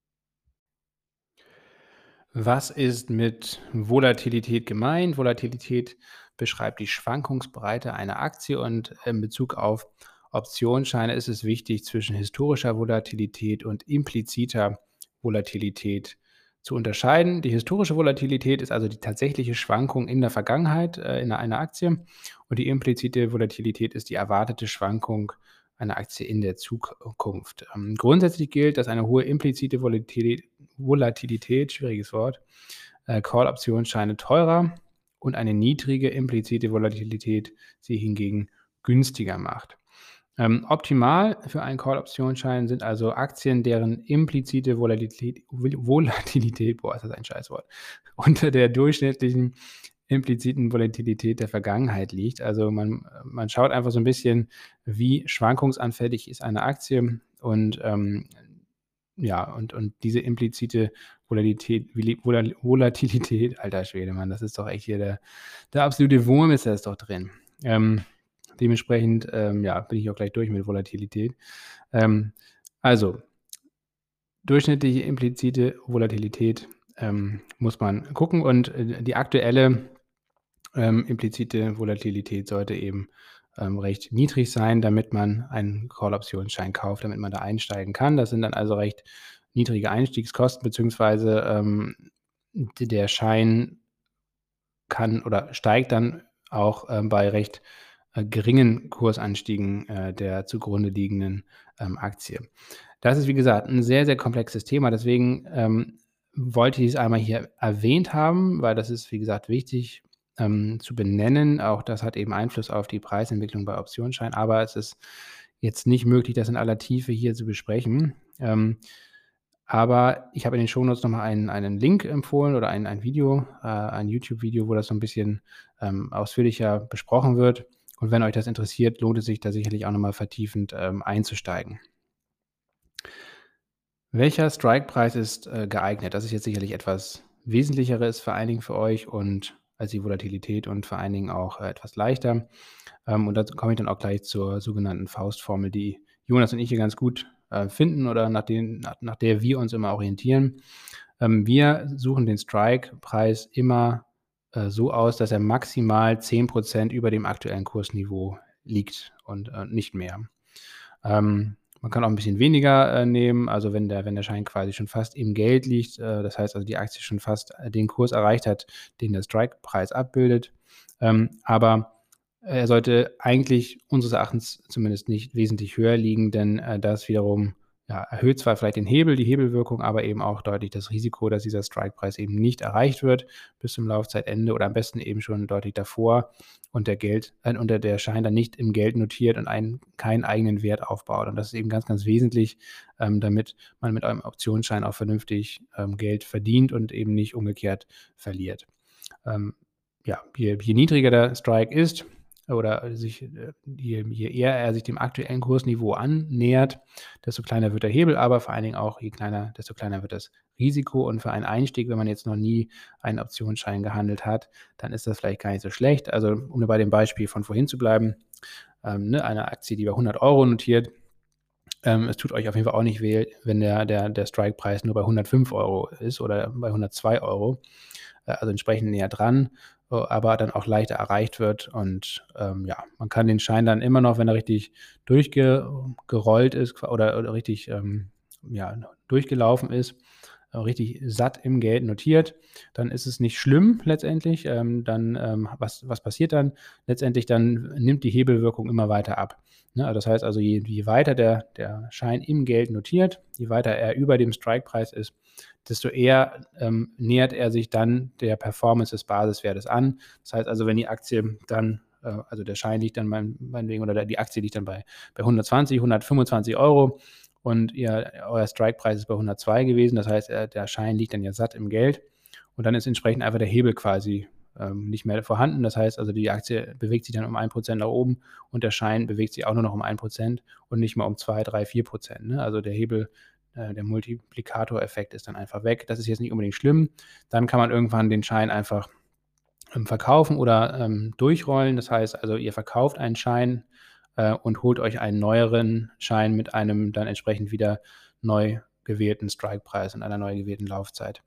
Was ist mit Volatilität gemeint? Volatilität beschreibt die Schwankungsbreite einer Aktie und in Bezug auf Optionsscheine ist es wichtig, zwischen historischer Volatilität und impliziter Volatilität zu unterscheiden. Die historische Volatilität ist also die tatsächliche Schwankung in der Vergangenheit in einer Aktie und die implizite Volatilität ist die erwartete Schwankung einer Aktie in der Zukunft. Grundsätzlich gilt, dass eine hohe implizite Volatilität, schwieriges Wort, Call-Optionsscheine teurer und eine niedrige implizite Volatilität sie hingegen günstiger macht. Optimal für einen Call-Optionsschein sind also Aktien, deren implizite Volatilität, boah, ist das ein Scheißwort, unter der durchschnittlichen impliziten Volatilität der Vergangenheit liegt. Also man schaut einfach so ein bisschen, wie schwankungsanfällig ist eine Aktie und und diese implizite Volatilität, alter Schwede, Mann, das ist doch echt hier der absolute Wurm ist das doch drin. Dementsprechend, bin ich auch gleich durch mit Volatilität. Also, durchschnittliche implizite Volatilität muss man gucken und die aktuelle implizite Volatilität sollte eben recht niedrig sein, damit man einen Call-Optionsschein kauft, damit man da einsteigen kann. Das sind dann also recht niedrige Einstiegskosten, beziehungsweise der Schein kann oder steigt dann auch bei recht geringen Kursanstiegen der zugrunde liegenden Aktie. Das ist, wie gesagt, ein sehr, sehr komplexes Thema. Deswegen wollte ich es einmal hier erwähnt haben, weil das ist, wie gesagt, wichtig zu benennen. Auch das hat eben Einfluss auf die Preisentwicklung bei Optionsscheinen, aber es ist jetzt nicht möglich, das in aller Tiefe hier zu besprechen. Aber ich habe in den Shownotes noch mal einen Link empfohlen oder ein Video, ein YouTube-Video, wo das so ein bisschen ausführlicher besprochen wird. Und wenn euch das interessiert, lohnt es sich da sicherlich auch noch mal vertiefend einzusteigen. Welcher Strike-Preis ist geeignet? Das ist jetzt sicherlich etwas Wesentlicheres vor allen Dingen für euch und als die Volatilität und vor allen Dingen auch etwas leichter. Und dazu komme ich dann auch gleich zur sogenannten Faustformel, die Jonas und ich hier ganz gut finden oder nach der wir uns immer orientieren. Wir suchen den Strike-Preis immer so aus, dass er maximal 10% über dem aktuellen Kursniveau liegt und nicht mehr. Man kann auch ein bisschen weniger nehmen, also wenn der Schein quasi schon fast im Geld liegt, das heißt also, die Aktie schon fast den Kurs erreicht hat, den der Strike-Preis abbildet. Aber er sollte eigentlich unseres Erachtens zumindest nicht wesentlich höher liegen, denn das wiederum, ja, erhöht zwar vielleicht die Hebelwirkung, aber eben auch deutlich das Risiko, dass dieser Strike-Preis eben nicht erreicht wird bis zum Laufzeitende oder am besten eben schon deutlich davor und der Schein dann nicht im Geld notiert und keinen eigenen Wert aufbaut. Und das ist eben ganz, ganz wesentlich, damit man mit einem Optionsschein auch vernünftig Geld verdient und eben nicht umgekehrt verliert. Ja, je niedriger der Strike ist oder je eher er sich dem aktuellen Kursniveau annähert, desto kleiner wird der Hebel, aber vor allen Dingen auch desto kleiner wird das Risiko. Und für einen Einstieg, wenn man jetzt noch nie einen Optionsschein gehandelt hat, dann ist das vielleicht gar nicht so schlecht. Also, um bei dem Beispiel von vorhin zu bleiben, eine Aktie, die bei 100 € notiert, es tut euch auf jeden Fall auch nicht weh, wenn der Strike-Preis nur bei 105 € ist oder bei 102 €, also entsprechend näher dran, aber dann auch leichter erreicht wird. Und ja, man kann den Schein dann immer noch, wenn er richtig durchgerollt ist oder richtig ja, durchgelaufen ist, richtig satt im Geld notiert, dann ist es nicht schlimm letztendlich. Was passiert dann? Letztendlich dann nimmt die Hebelwirkung immer weiter ab. Ne? Also das heißt also, je weiter der Schein im Geld notiert, je weiter er über dem Strike-Preis ist, desto eher nähert er sich dann der Performance des Basiswertes an. Das heißt also, wenn die Aktie dann, also der Schein liegt dann meinetwegen oder die Aktie liegt dann bei 120, 125 € und euer Strike-Preis ist bei 102 gewesen. Das heißt, der Schein liegt dann ja satt im Geld und dann ist entsprechend einfach der Hebel quasi nicht mehr vorhanden. Das heißt also, die Aktie bewegt sich dann um 1% nach oben und der Schein bewegt sich auch nur noch um 1% und nicht mehr um 2, 3, 4%. Ne? Also der Hebel, der Multiplikatoreffekt ist dann einfach weg. Das ist jetzt nicht unbedingt schlimm. Dann kann man irgendwann den Schein einfach verkaufen oder durchrollen. Das heißt also, ihr verkauft einen Schein und holt euch einen neueren Schein mit einem dann entsprechend wieder neu gewählten Strike-Preis und einer neu gewählten Laufzeit.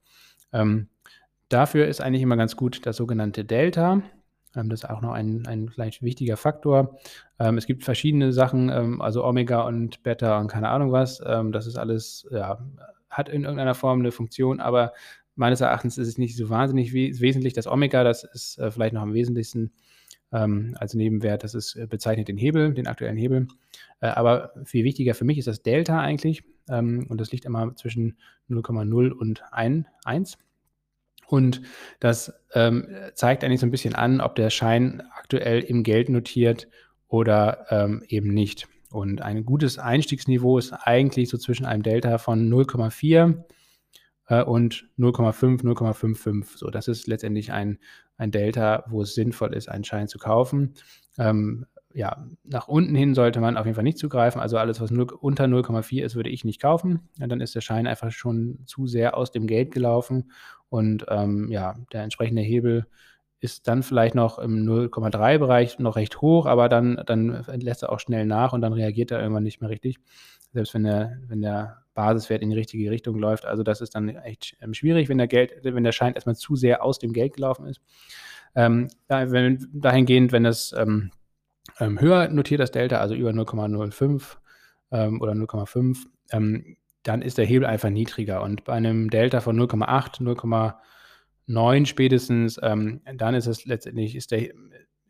Dafür ist eigentlich immer ganz gut das sogenannte Delta. Das ist auch noch ein vielleicht wichtiger Faktor. Es gibt verschiedene Sachen, also Omega und Beta und keine Ahnung was. Das ist alles, ja, hat in irgendeiner Form eine Funktion, aber meines Erachtens ist es nicht so wahnsinnig wesentlich. Das Omega, das ist vielleicht noch am wesentlichsten als Nebenwert. Das bezeichnet den Hebel, den aktuellen Hebel. Aber viel wichtiger für mich ist das Delta eigentlich. Und das liegt immer zwischen 0,0 und 1. Und das zeigt eigentlich so ein bisschen an, ob der Schein aktuell im Geld notiert oder eben nicht. Und ein gutes Einstiegsniveau ist eigentlich so zwischen einem Delta von 0,4 und 0,5, 0,55. So, das ist letztendlich ein Delta, wo es sinnvoll ist, einen Schein zu kaufen. Ja, nach unten hin sollte man auf jeden Fall nicht zugreifen. Also alles, was unter 0,4 ist, würde ich nicht kaufen. Ja, dann ist der Schein einfach schon zu sehr aus dem Geld gelaufen. Und ja, der entsprechende Hebel ist dann vielleicht noch im 0,3-Bereich noch recht hoch, aber dann lässt er auch schnell nach und dann reagiert er irgendwann nicht mehr richtig. Selbst wenn der Basiswert in die richtige Richtung läuft. Also das ist dann echt schwierig, wenn der Schein erstmal zu sehr aus dem Geld gelaufen ist. Dahingehend, wenn das höher notiert, das Delta, also über 0,05 oder 0,5, dann ist der Hebel einfach niedriger. Und bei einem Delta von 0,8, 0,9 spätestens, dann ist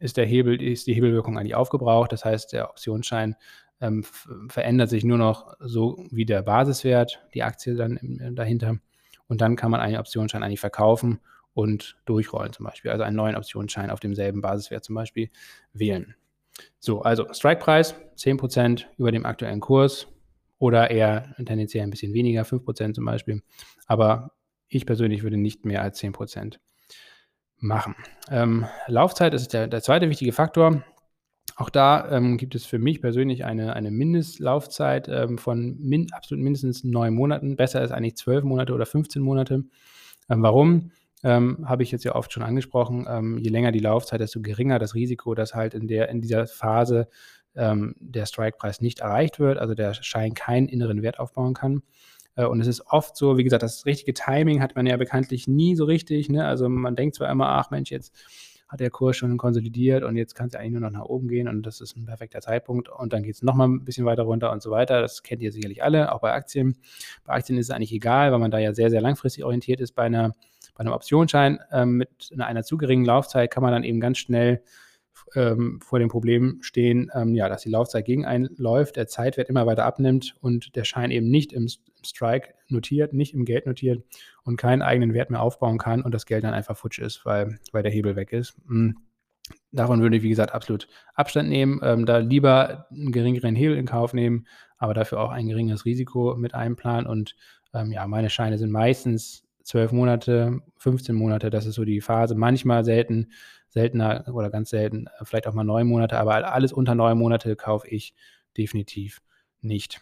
ist die Hebelwirkung eigentlich aufgebraucht. Das heißt, der Optionsschein verändert sich nur noch so wie der Basiswert, die Aktie dann dahinter. Und dann kann man einen Optionsschein eigentlich verkaufen und durchrollen zum Beispiel. Also einen neuen Optionsschein auf demselben Basiswert zum Beispiel wählen. So, also Strikepreis 10% über dem aktuellen Kurs oder eher tendenziell ein bisschen weniger, 5% zum Beispiel. Aber ich persönlich würde nicht mehr als 10% machen. Laufzeit ist der zweite wichtige Faktor. Auch da gibt es für mich persönlich eine Mindestlaufzeit von absolut mindestens 9 Monaten. Besser ist eigentlich 12 Monate oder 15 Monate. Warum? Habe ich jetzt ja oft schon angesprochen. Je länger die Laufzeit, desto geringer das Risiko, dass halt in dieser Phase der Strikepreis nicht erreicht wird, also der Schein keinen inneren Wert aufbauen kann. Und es ist oft so, wie gesagt, das richtige Timing hat man ja bekanntlich nie so richtig. Ne? Also man denkt zwar immer, ach Mensch, jetzt hat der Kurs schon konsolidiert und jetzt kann es eigentlich nur noch nach oben gehen und das ist ein perfekter Zeitpunkt und dann geht es nochmal ein bisschen weiter runter und so weiter. Das kennt ihr sicherlich alle, auch bei Aktien. Bei Aktien ist es eigentlich egal, weil man da ja sehr, sehr langfristig orientiert ist. Bei einem Optionsschein mit einer zu geringen Laufzeit kann man dann eben ganz schnell vor dem Problem stehen, dass die Laufzeit gegen einen läuft, der Zeitwert immer weiter abnimmt und der Schein eben nicht im Strike notiert, nicht im Geld notiert und keinen eigenen Wert mehr aufbauen kann und das Geld dann einfach futsch ist, weil der Hebel weg ist. Davon würde ich, wie gesagt, absolut Abstand nehmen. Da lieber einen geringeren Hebel in Kauf nehmen, aber dafür auch ein geringes Risiko mit einplanen. Und meine Scheine sind meistens 12 Monate, 15 Monate, das ist so die Phase. Manchmal seltener oder ganz selten, vielleicht auch mal 9 Monate, aber alles unter 9 Monate kaufe ich definitiv nicht.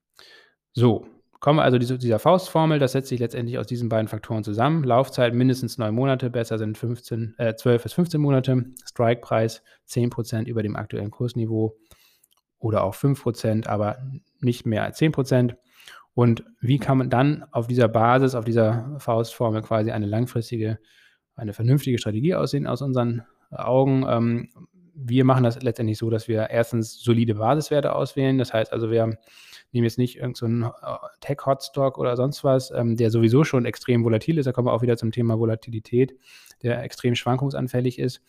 So, kommen wir also dieser Faustformel, das setzt sich letztendlich aus diesen beiden Faktoren zusammen. Laufzeit mindestens 9 Monate, besser sind 12 bis 15 Monate. Strikepreis 10% über dem aktuellen Kursniveau oder auch 5%, aber nicht mehr als 10%. Und wie kann man dann auf dieser Basis, auf dieser Faustformel quasi eine vernünftige Strategie aussehen aus unseren Augen? Wir machen das letztendlich so, dass wir erstens solide Basiswerte auswählen. Das heißt also, wir nehmen jetzt nicht irgendeinen Tech-Hotstock oder sonst was, der sowieso schon extrem volatil ist. Da kommen wir auch wieder zum Thema Volatilität, der extrem schwankungsanfällig ist.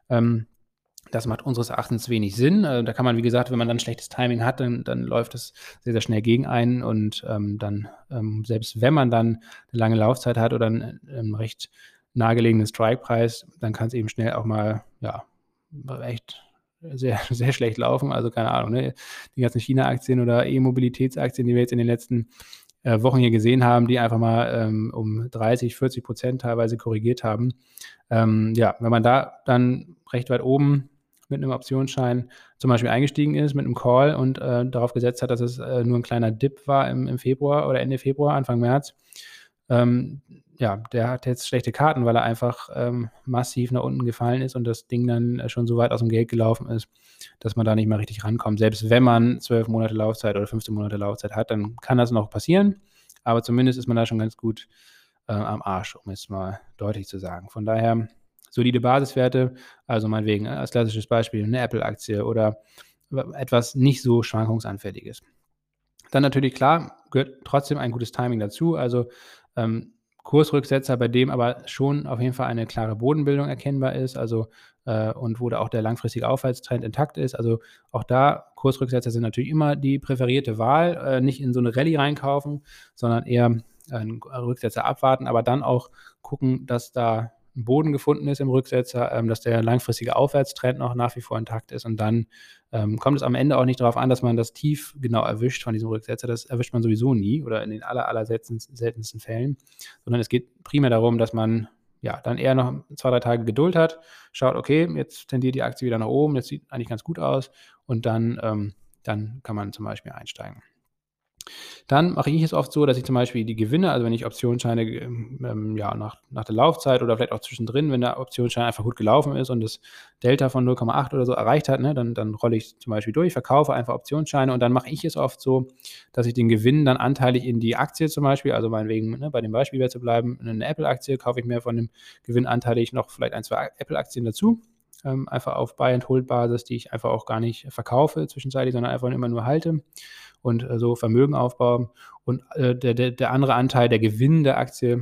Das macht unseres Erachtens wenig Sinn. Da kann man, wie gesagt, wenn man dann schlechtes Timing hat, dann läuft es sehr, sehr schnell gegen einen und dann, selbst wenn man dann eine lange Laufzeit hat oder einen recht nahegelegenen Strikepreis, dann kann es eben schnell auch mal, echt sehr, sehr schlecht laufen. Also keine Ahnung, ne? Die ganzen China-Aktien oder E-Mobilitätsaktien, die wir jetzt in den letzten Wochen hier gesehen haben, die einfach mal um 30-40% teilweise korrigiert haben. Wenn man da dann recht weit oben mit einem Optionsschein zum Beispiel eingestiegen ist, mit einem Call und darauf gesetzt hat, dass es nur ein kleiner Dip war im Februar oder Ende Februar, Anfang März, der hat jetzt schlechte Karten, weil er einfach massiv nach unten gefallen ist und das Ding dann schon so weit aus dem Geld gelaufen ist, dass man da nicht mehr richtig rankommt. Selbst wenn man 12 Monate Laufzeit oder 15 Monate Laufzeit hat, dann kann das noch passieren, aber zumindest ist man da schon ganz gut am Arsch, um es mal deutlich zu sagen. Von daher solide Basiswerte, also meinetwegen als klassisches Beispiel eine Apple-Aktie oder etwas nicht so schwankungsanfälliges. Dann natürlich, klar, gehört trotzdem ein gutes Timing dazu, also Kursrücksetzer, bei dem aber schon auf jeden Fall eine klare Bodenbildung erkennbar ist, also und wo da auch der langfristige Aufwärtstrend intakt ist. Also auch da, Kursrücksetzer sind natürlich immer die präferierte Wahl, nicht in so eine Rallye reinkaufen, sondern eher einen Rücksetzer abwarten, aber dann auch gucken, dass da ein Boden gefunden ist im Rücksetzer, dass der langfristige Aufwärtstrend noch nach wie vor intakt ist und dann kommt es am Ende auch nicht darauf an, dass man das Tief genau erwischt von diesem Rücksetzer. Das erwischt man sowieso nie oder in den seltensten Fällen, sondern es geht primär darum, dass man dann eher noch 2-3 Tage Geduld hat, schaut, okay, jetzt tendiert die Aktie wieder nach oben, das sieht eigentlich ganz gut aus und dann kann man zum Beispiel einsteigen. Dann mache ich es oft so, dass ich zum Beispiel die Gewinne, also wenn ich Optionsscheine nach der Laufzeit oder vielleicht auch zwischendrin, wenn der Optionsschein einfach gut gelaufen ist und das Delta von 0,8 oder so erreicht hat, ne, dann rolle ich zum Beispiel durch, verkaufe einfach Optionsscheine und dann mache ich es oft so, dass ich den Gewinn dann anteilig in die Aktie zum Beispiel, also meinetwegen, bei dem Beispiel wieder zu bleiben, eine Apple-Aktie, kaufe ich mir von dem Gewinn anteilig noch vielleicht 1-2 Apple-Aktien dazu, einfach auf Buy-and-Hold-Basis, die ich einfach auch gar nicht verkaufe zwischenzeitlich, sondern einfach immer nur halte und so Vermögen aufbauen. Und der andere Anteil, der Gewinn der Aktie,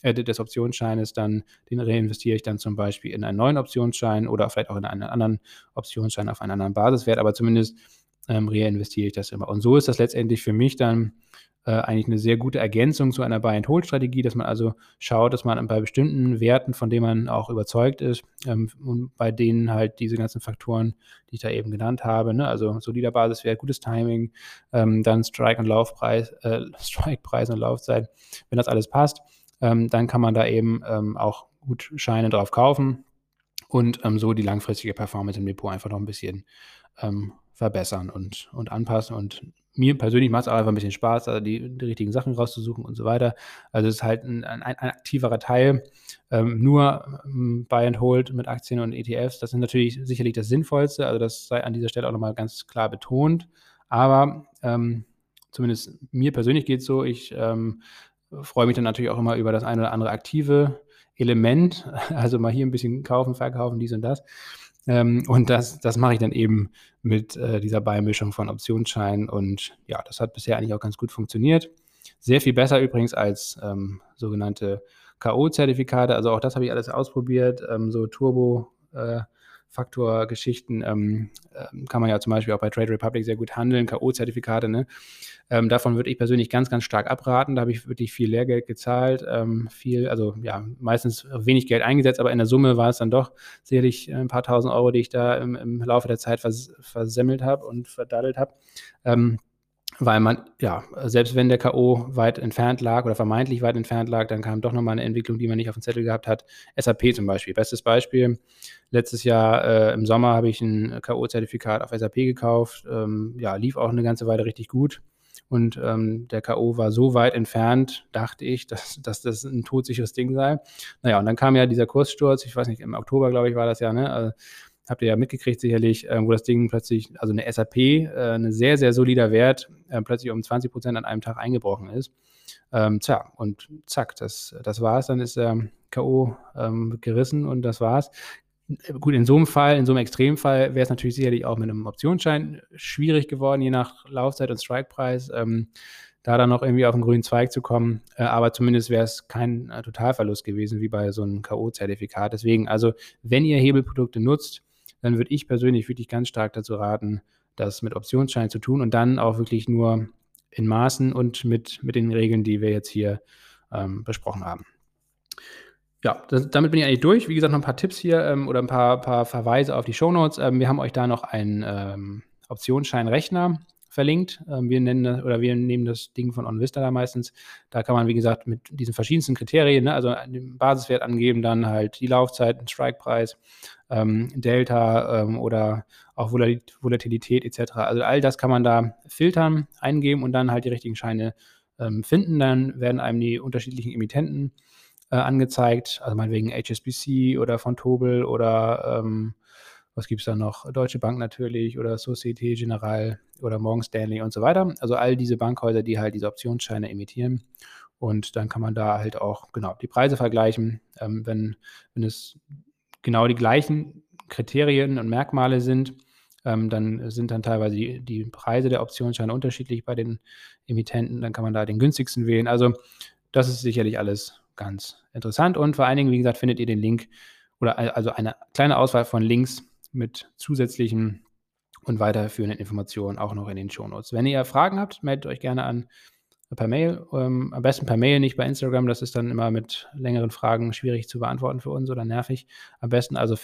des Optionsscheines, dann den reinvestiere ich dann zum Beispiel in einen neuen Optionsschein oder vielleicht auch in einen anderen Optionsschein auf einen anderen Basiswert, aber zumindest reinvestiere ich das immer. Und so ist das letztendlich für mich dann eigentlich eine sehr gute Ergänzung zu einer Buy-and-Hold-Strategie, dass man also schaut, dass man bei bestimmten Werten, von denen man auch überzeugt ist, und bei denen halt diese ganzen Faktoren, die ich da eben genannt habe, ne, also solider Basiswert, gutes Timing, dann Strike-Preis und Laufzeit, wenn das alles passt, dann kann man da eben auch gut Scheine drauf kaufen und so die langfristige Performance im Depot einfach noch ein bisschen verbessern und anpassen. Und mir persönlich macht es auch einfach ein bisschen Spaß, also die richtigen Sachen rauszusuchen und so weiter. Also es ist halt ein aktiverer Teil. Nur Buy and Hold mit Aktien und ETFs, das ist natürlich sicherlich das Sinnvollste. Also das sei an dieser Stelle auch nochmal ganz klar betont. Aber zumindest mir persönlich geht es so, ich freue mich dann natürlich auch immer über das eine oder andere aktive Element, also mal hier ein bisschen kaufen, verkaufen, dies und das. Und das mache ich dann eben mit dieser Beimischung von Optionsscheinen und ja, das hat bisher eigentlich auch ganz gut funktioniert. Sehr viel besser übrigens als sogenannte K.O.-Zertifikate, also auch das habe ich alles ausprobiert, so Turbo-Faktor-Geschichten kann man ja zum Beispiel auch bei Trade Republic sehr gut handeln, K.O.-Zertifikate, ne? Davon würde ich persönlich ganz, ganz stark abraten. Da habe ich wirklich viel Lehrgeld gezahlt, also ja, meistens wenig Geld eingesetzt, aber in der Summe war es dann doch sicherlich ein paar tausend Euro, die ich da im Laufe der Zeit versemmelt habe und verdaddelt habe. Weil man, ja, selbst wenn der K.O. weit entfernt lag oder vermeintlich weit entfernt lag, dann kam doch nochmal eine Entwicklung, die man nicht auf dem Zettel gehabt hat. SAP zum Beispiel, bestes Beispiel. Letztes Jahr im Sommer habe ich ein K.O.-Zertifikat auf SAP gekauft. Ja, lief auch eine ganze Weile richtig gut. Und der K.O. war so weit entfernt, dachte ich, dass das ein todsicheres Ding sei. Naja, und dann kam ja dieser Kurssturz, ich weiß nicht, im Oktober, glaube ich, war das ja, ne? Also, habt ihr ja mitgekriegt sicherlich, wo das Ding plötzlich, also eine SAP, ein sehr, sehr solider Wert, plötzlich um 20% an einem Tag eingebrochen ist. Und zack, das war's. Dann ist der K.O. gerissen und das war's. Gut, in so einem Extremfall wäre es natürlich sicherlich auch mit einem Optionsschein schwierig geworden, je nach Laufzeit und Strikepreis, da dann noch irgendwie auf den grünen Zweig zu kommen. Aber zumindest wäre es kein Totalverlust gewesen, wie bei so einem K.O.-Zertifikat. Deswegen, also wenn ihr Hebelprodukte nutzt, dann würde ich persönlich wirklich ganz stark dazu raten, das mit Optionsschein zu tun und dann auch wirklich nur in Maßen und mit den Regeln, die wir jetzt hier besprochen haben. Ja, damit bin ich eigentlich durch. Wie gesagt, noch ein paar Tipps hier oder ein paar Verweise auf die Shownotes. Wir haben euch da noch einen Optionsscheinrechner verlinkt. Wir nehmen das Ding von OnVista da meistens. Da kann man, wie gesagt, mit diesen verschiedensten Kriterien, ne, also den Basiswert angeben, dann halt die Laufzeit, den Strikepreis, Delta oder auch Volatilität etc. Also all das kann man da filtern, eingeben und dann halt die richtigen Scheine finden. Dann werden einem die unterschiedlichen Emittenten angezeigt, also meinetwegen HSBC oder Vontobel oder was gibt es da noch? Deutsche Bank natürlich oder Societe Generale oder Morgan Stanley und so weiter. Also all diese Bankhäuser, die halt diese Optionsscheine emittieren. Und dann kann man da halt auch genau die Preise vergleichen. Wenn es genau die gleichen Kriterien und Merkmale sind, dann sind dann teilweise die Preise der Optionsscheine unterschiedlich bei den Emittenten. Dann kann man da den günstigsten wählen. Also das ist sicherlich alles ganz interessant. Und vor allen Dingen, wie gesagt, findet ihr den Link oder also eine kleine Auswahl von Links mit zusätzlichen und weiterführenden Informationen auch noch in den Shownotes. Wenn ihr Fragen habt, meldet euch gerne per Mail. Am besten per Mail, nicht bei Instagram. Das ist dann immer mit längeren Fragen schwierig zu beantworten für uns oder nervig. Am besten also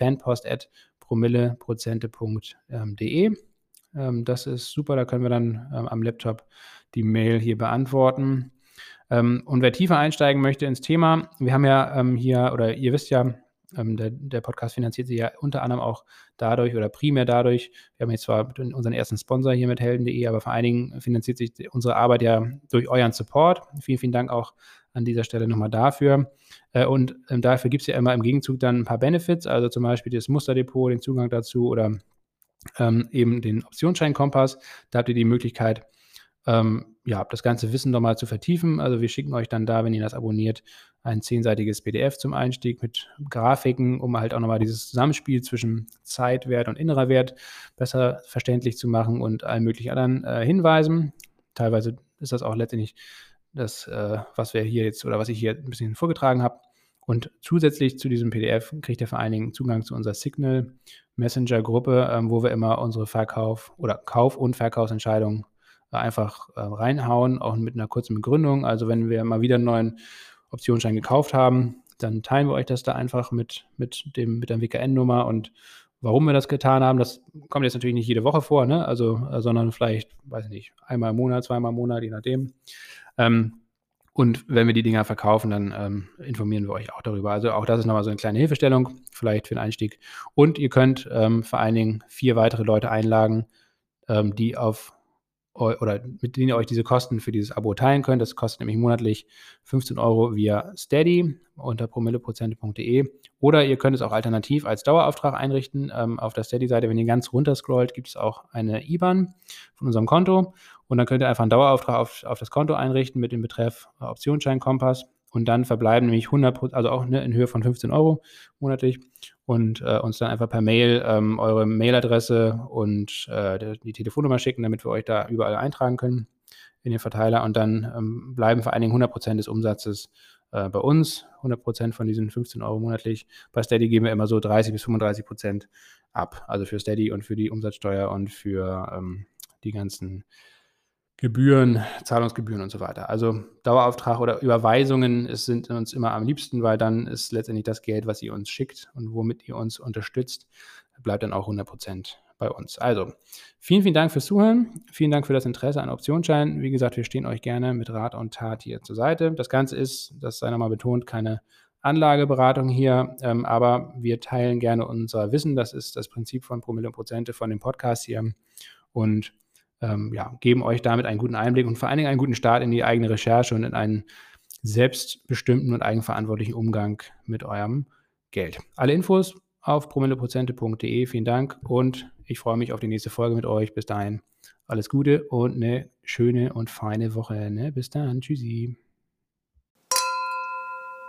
fanpost@promilleprozente.de. Das ist super, da können wir dann am Laptop die Mail hier beantworten. Und wer tiefer einsteigen möchte ins Thema, wir haben ja hier, oder ihr wisst ja, der Podcast finanziert sich ja unter anderem auch dadurch oder primär dadurch, wir haben jetzt zwar unseren ersten Sponsor hier mit helden.de, aber vor allen Dingen finanziert sich unsere Arbeit ja durch euren Support. Vielen, vielen Dank auch an dieser Stelle nochmal dafür. Und dafür gibt es ja immer im Gegenzug dann ein paar Benefits, also zum Beispiel das Musterdepot, den Zugang dazu oder eben den Optionsschein-Kompass. Da habt ihr die Möglichkeit, das ganze Wissen nochmal zu vertiefen. Also wir schicken euch dann da, wenn ihr das abonniert, ein 10-seitiges PDF zum Einstieg mit Grafiken, um halt auch nochmal dieses Zusammenspiel zwischen Zeitwert und innerer Wert besser verständlich zu machen und allen möglichen anderen Hinweisen. Teilweise ist das auch letztendlich was wir hier jetzt oder was ich hier ein bisschen vorgetragen habe. Und zusätzlich zu diesem PDF kriegt ihr vor allen Dingen Zugang zu unserer Signal Messenger-Gruppe, wo wir immer unsere Kauf- und Verkaufsentscheidungen einfach reinhauen, auch mit einer kurzen Begründung. Also wenn wir mal wieder einen neuen Optionsschein gekauft haben, dann teilen wir euch das da einfach mit der WKN-Nummer und warum wir das getan haben. Das kommt jetzt natürlich nicht jede Woche vor, ne? Also, sondern vielleicht, weiß ich nicht, einmal im Monat, zweimal im Monat, je nachdem. Ähm, und wenn wir die Dinger verkaufen, dann informieren wir euch auch darüber. Also auch das ist nochmal so eine kleine Hilfestellung, vielleicht für den Einstieg. Und ihr könnt vor allen Dingen 4 weitere Leute einladen, die oder mit denen ihr euch diese Kosten für dieses Abo teilen könnt. Das kostet nämlich monatlich 15 Euro via Steady unter promilleprozente.de. Oder ihr könnt es auch alternativ als Dauerauftrag einrichten. Auf der Steady-Seite, wenn ihr ganz runter scrollt, gibt es auch eine IBAN von unserem Konto. Und dann könnt ihr einfach einen Dauerauftrag auf das Konto einrichten mit dem Betreff Optionsschein Kompass. Und dann verbleiben nämlich 100%, also auch in Höhe von 15 Euro monatlich. Und uns dann einfach per Mail eure Mailadresse und die Telefonnummer schicken, damit wir euch da überall eintragen können in den Verteiler. Und dann bleiben vor allen Dingen 100% des Umsatzes bei uns, 100% von diesen 15 Euro monatlich. Bei Steady geben wir immer so 30-35% ab. Also für Steady und für die Umsatzsteuer und für die ganzen Gebühren, Zahlungsgebühren und so weiter. Also Dauerauftrag oder Überweisungen sind uns immer am liebsten, weil dann ist letztendlich das Geld, was ihr uns schickt und womit ihr uns unterstützt, bleibt dann auch 100% bei uns. Also vielen, vielen Dank fürs Zuhören. Vielen Dank für das Interesse an Optionsscheinen. Wie gesagt, wir stehen euch gerne mit Rat und Tat hier zur Seite. Das Ganze ist, das sei nochmal betont, keine Anlageberatung hier, aber wir teilen gerne unser Wissen. Das ist das Prinzip von Promille und Prozente von dem Podcast hier. Und geben euch damit einen guten Einblick und vor allen Dingen einen guten Start in die eigene Recherche und in einen selbstbestimmten und eigenverantwortlichen Umgang mit eurem Geld. Alle Infos auf promilleprozente.de. Vielen Dank und ich freue mich auf die nächste Folge mit euch. Bis dahin alles Gute und eine schöne und feine Woche. Ne? Bis dann. Tschüssi.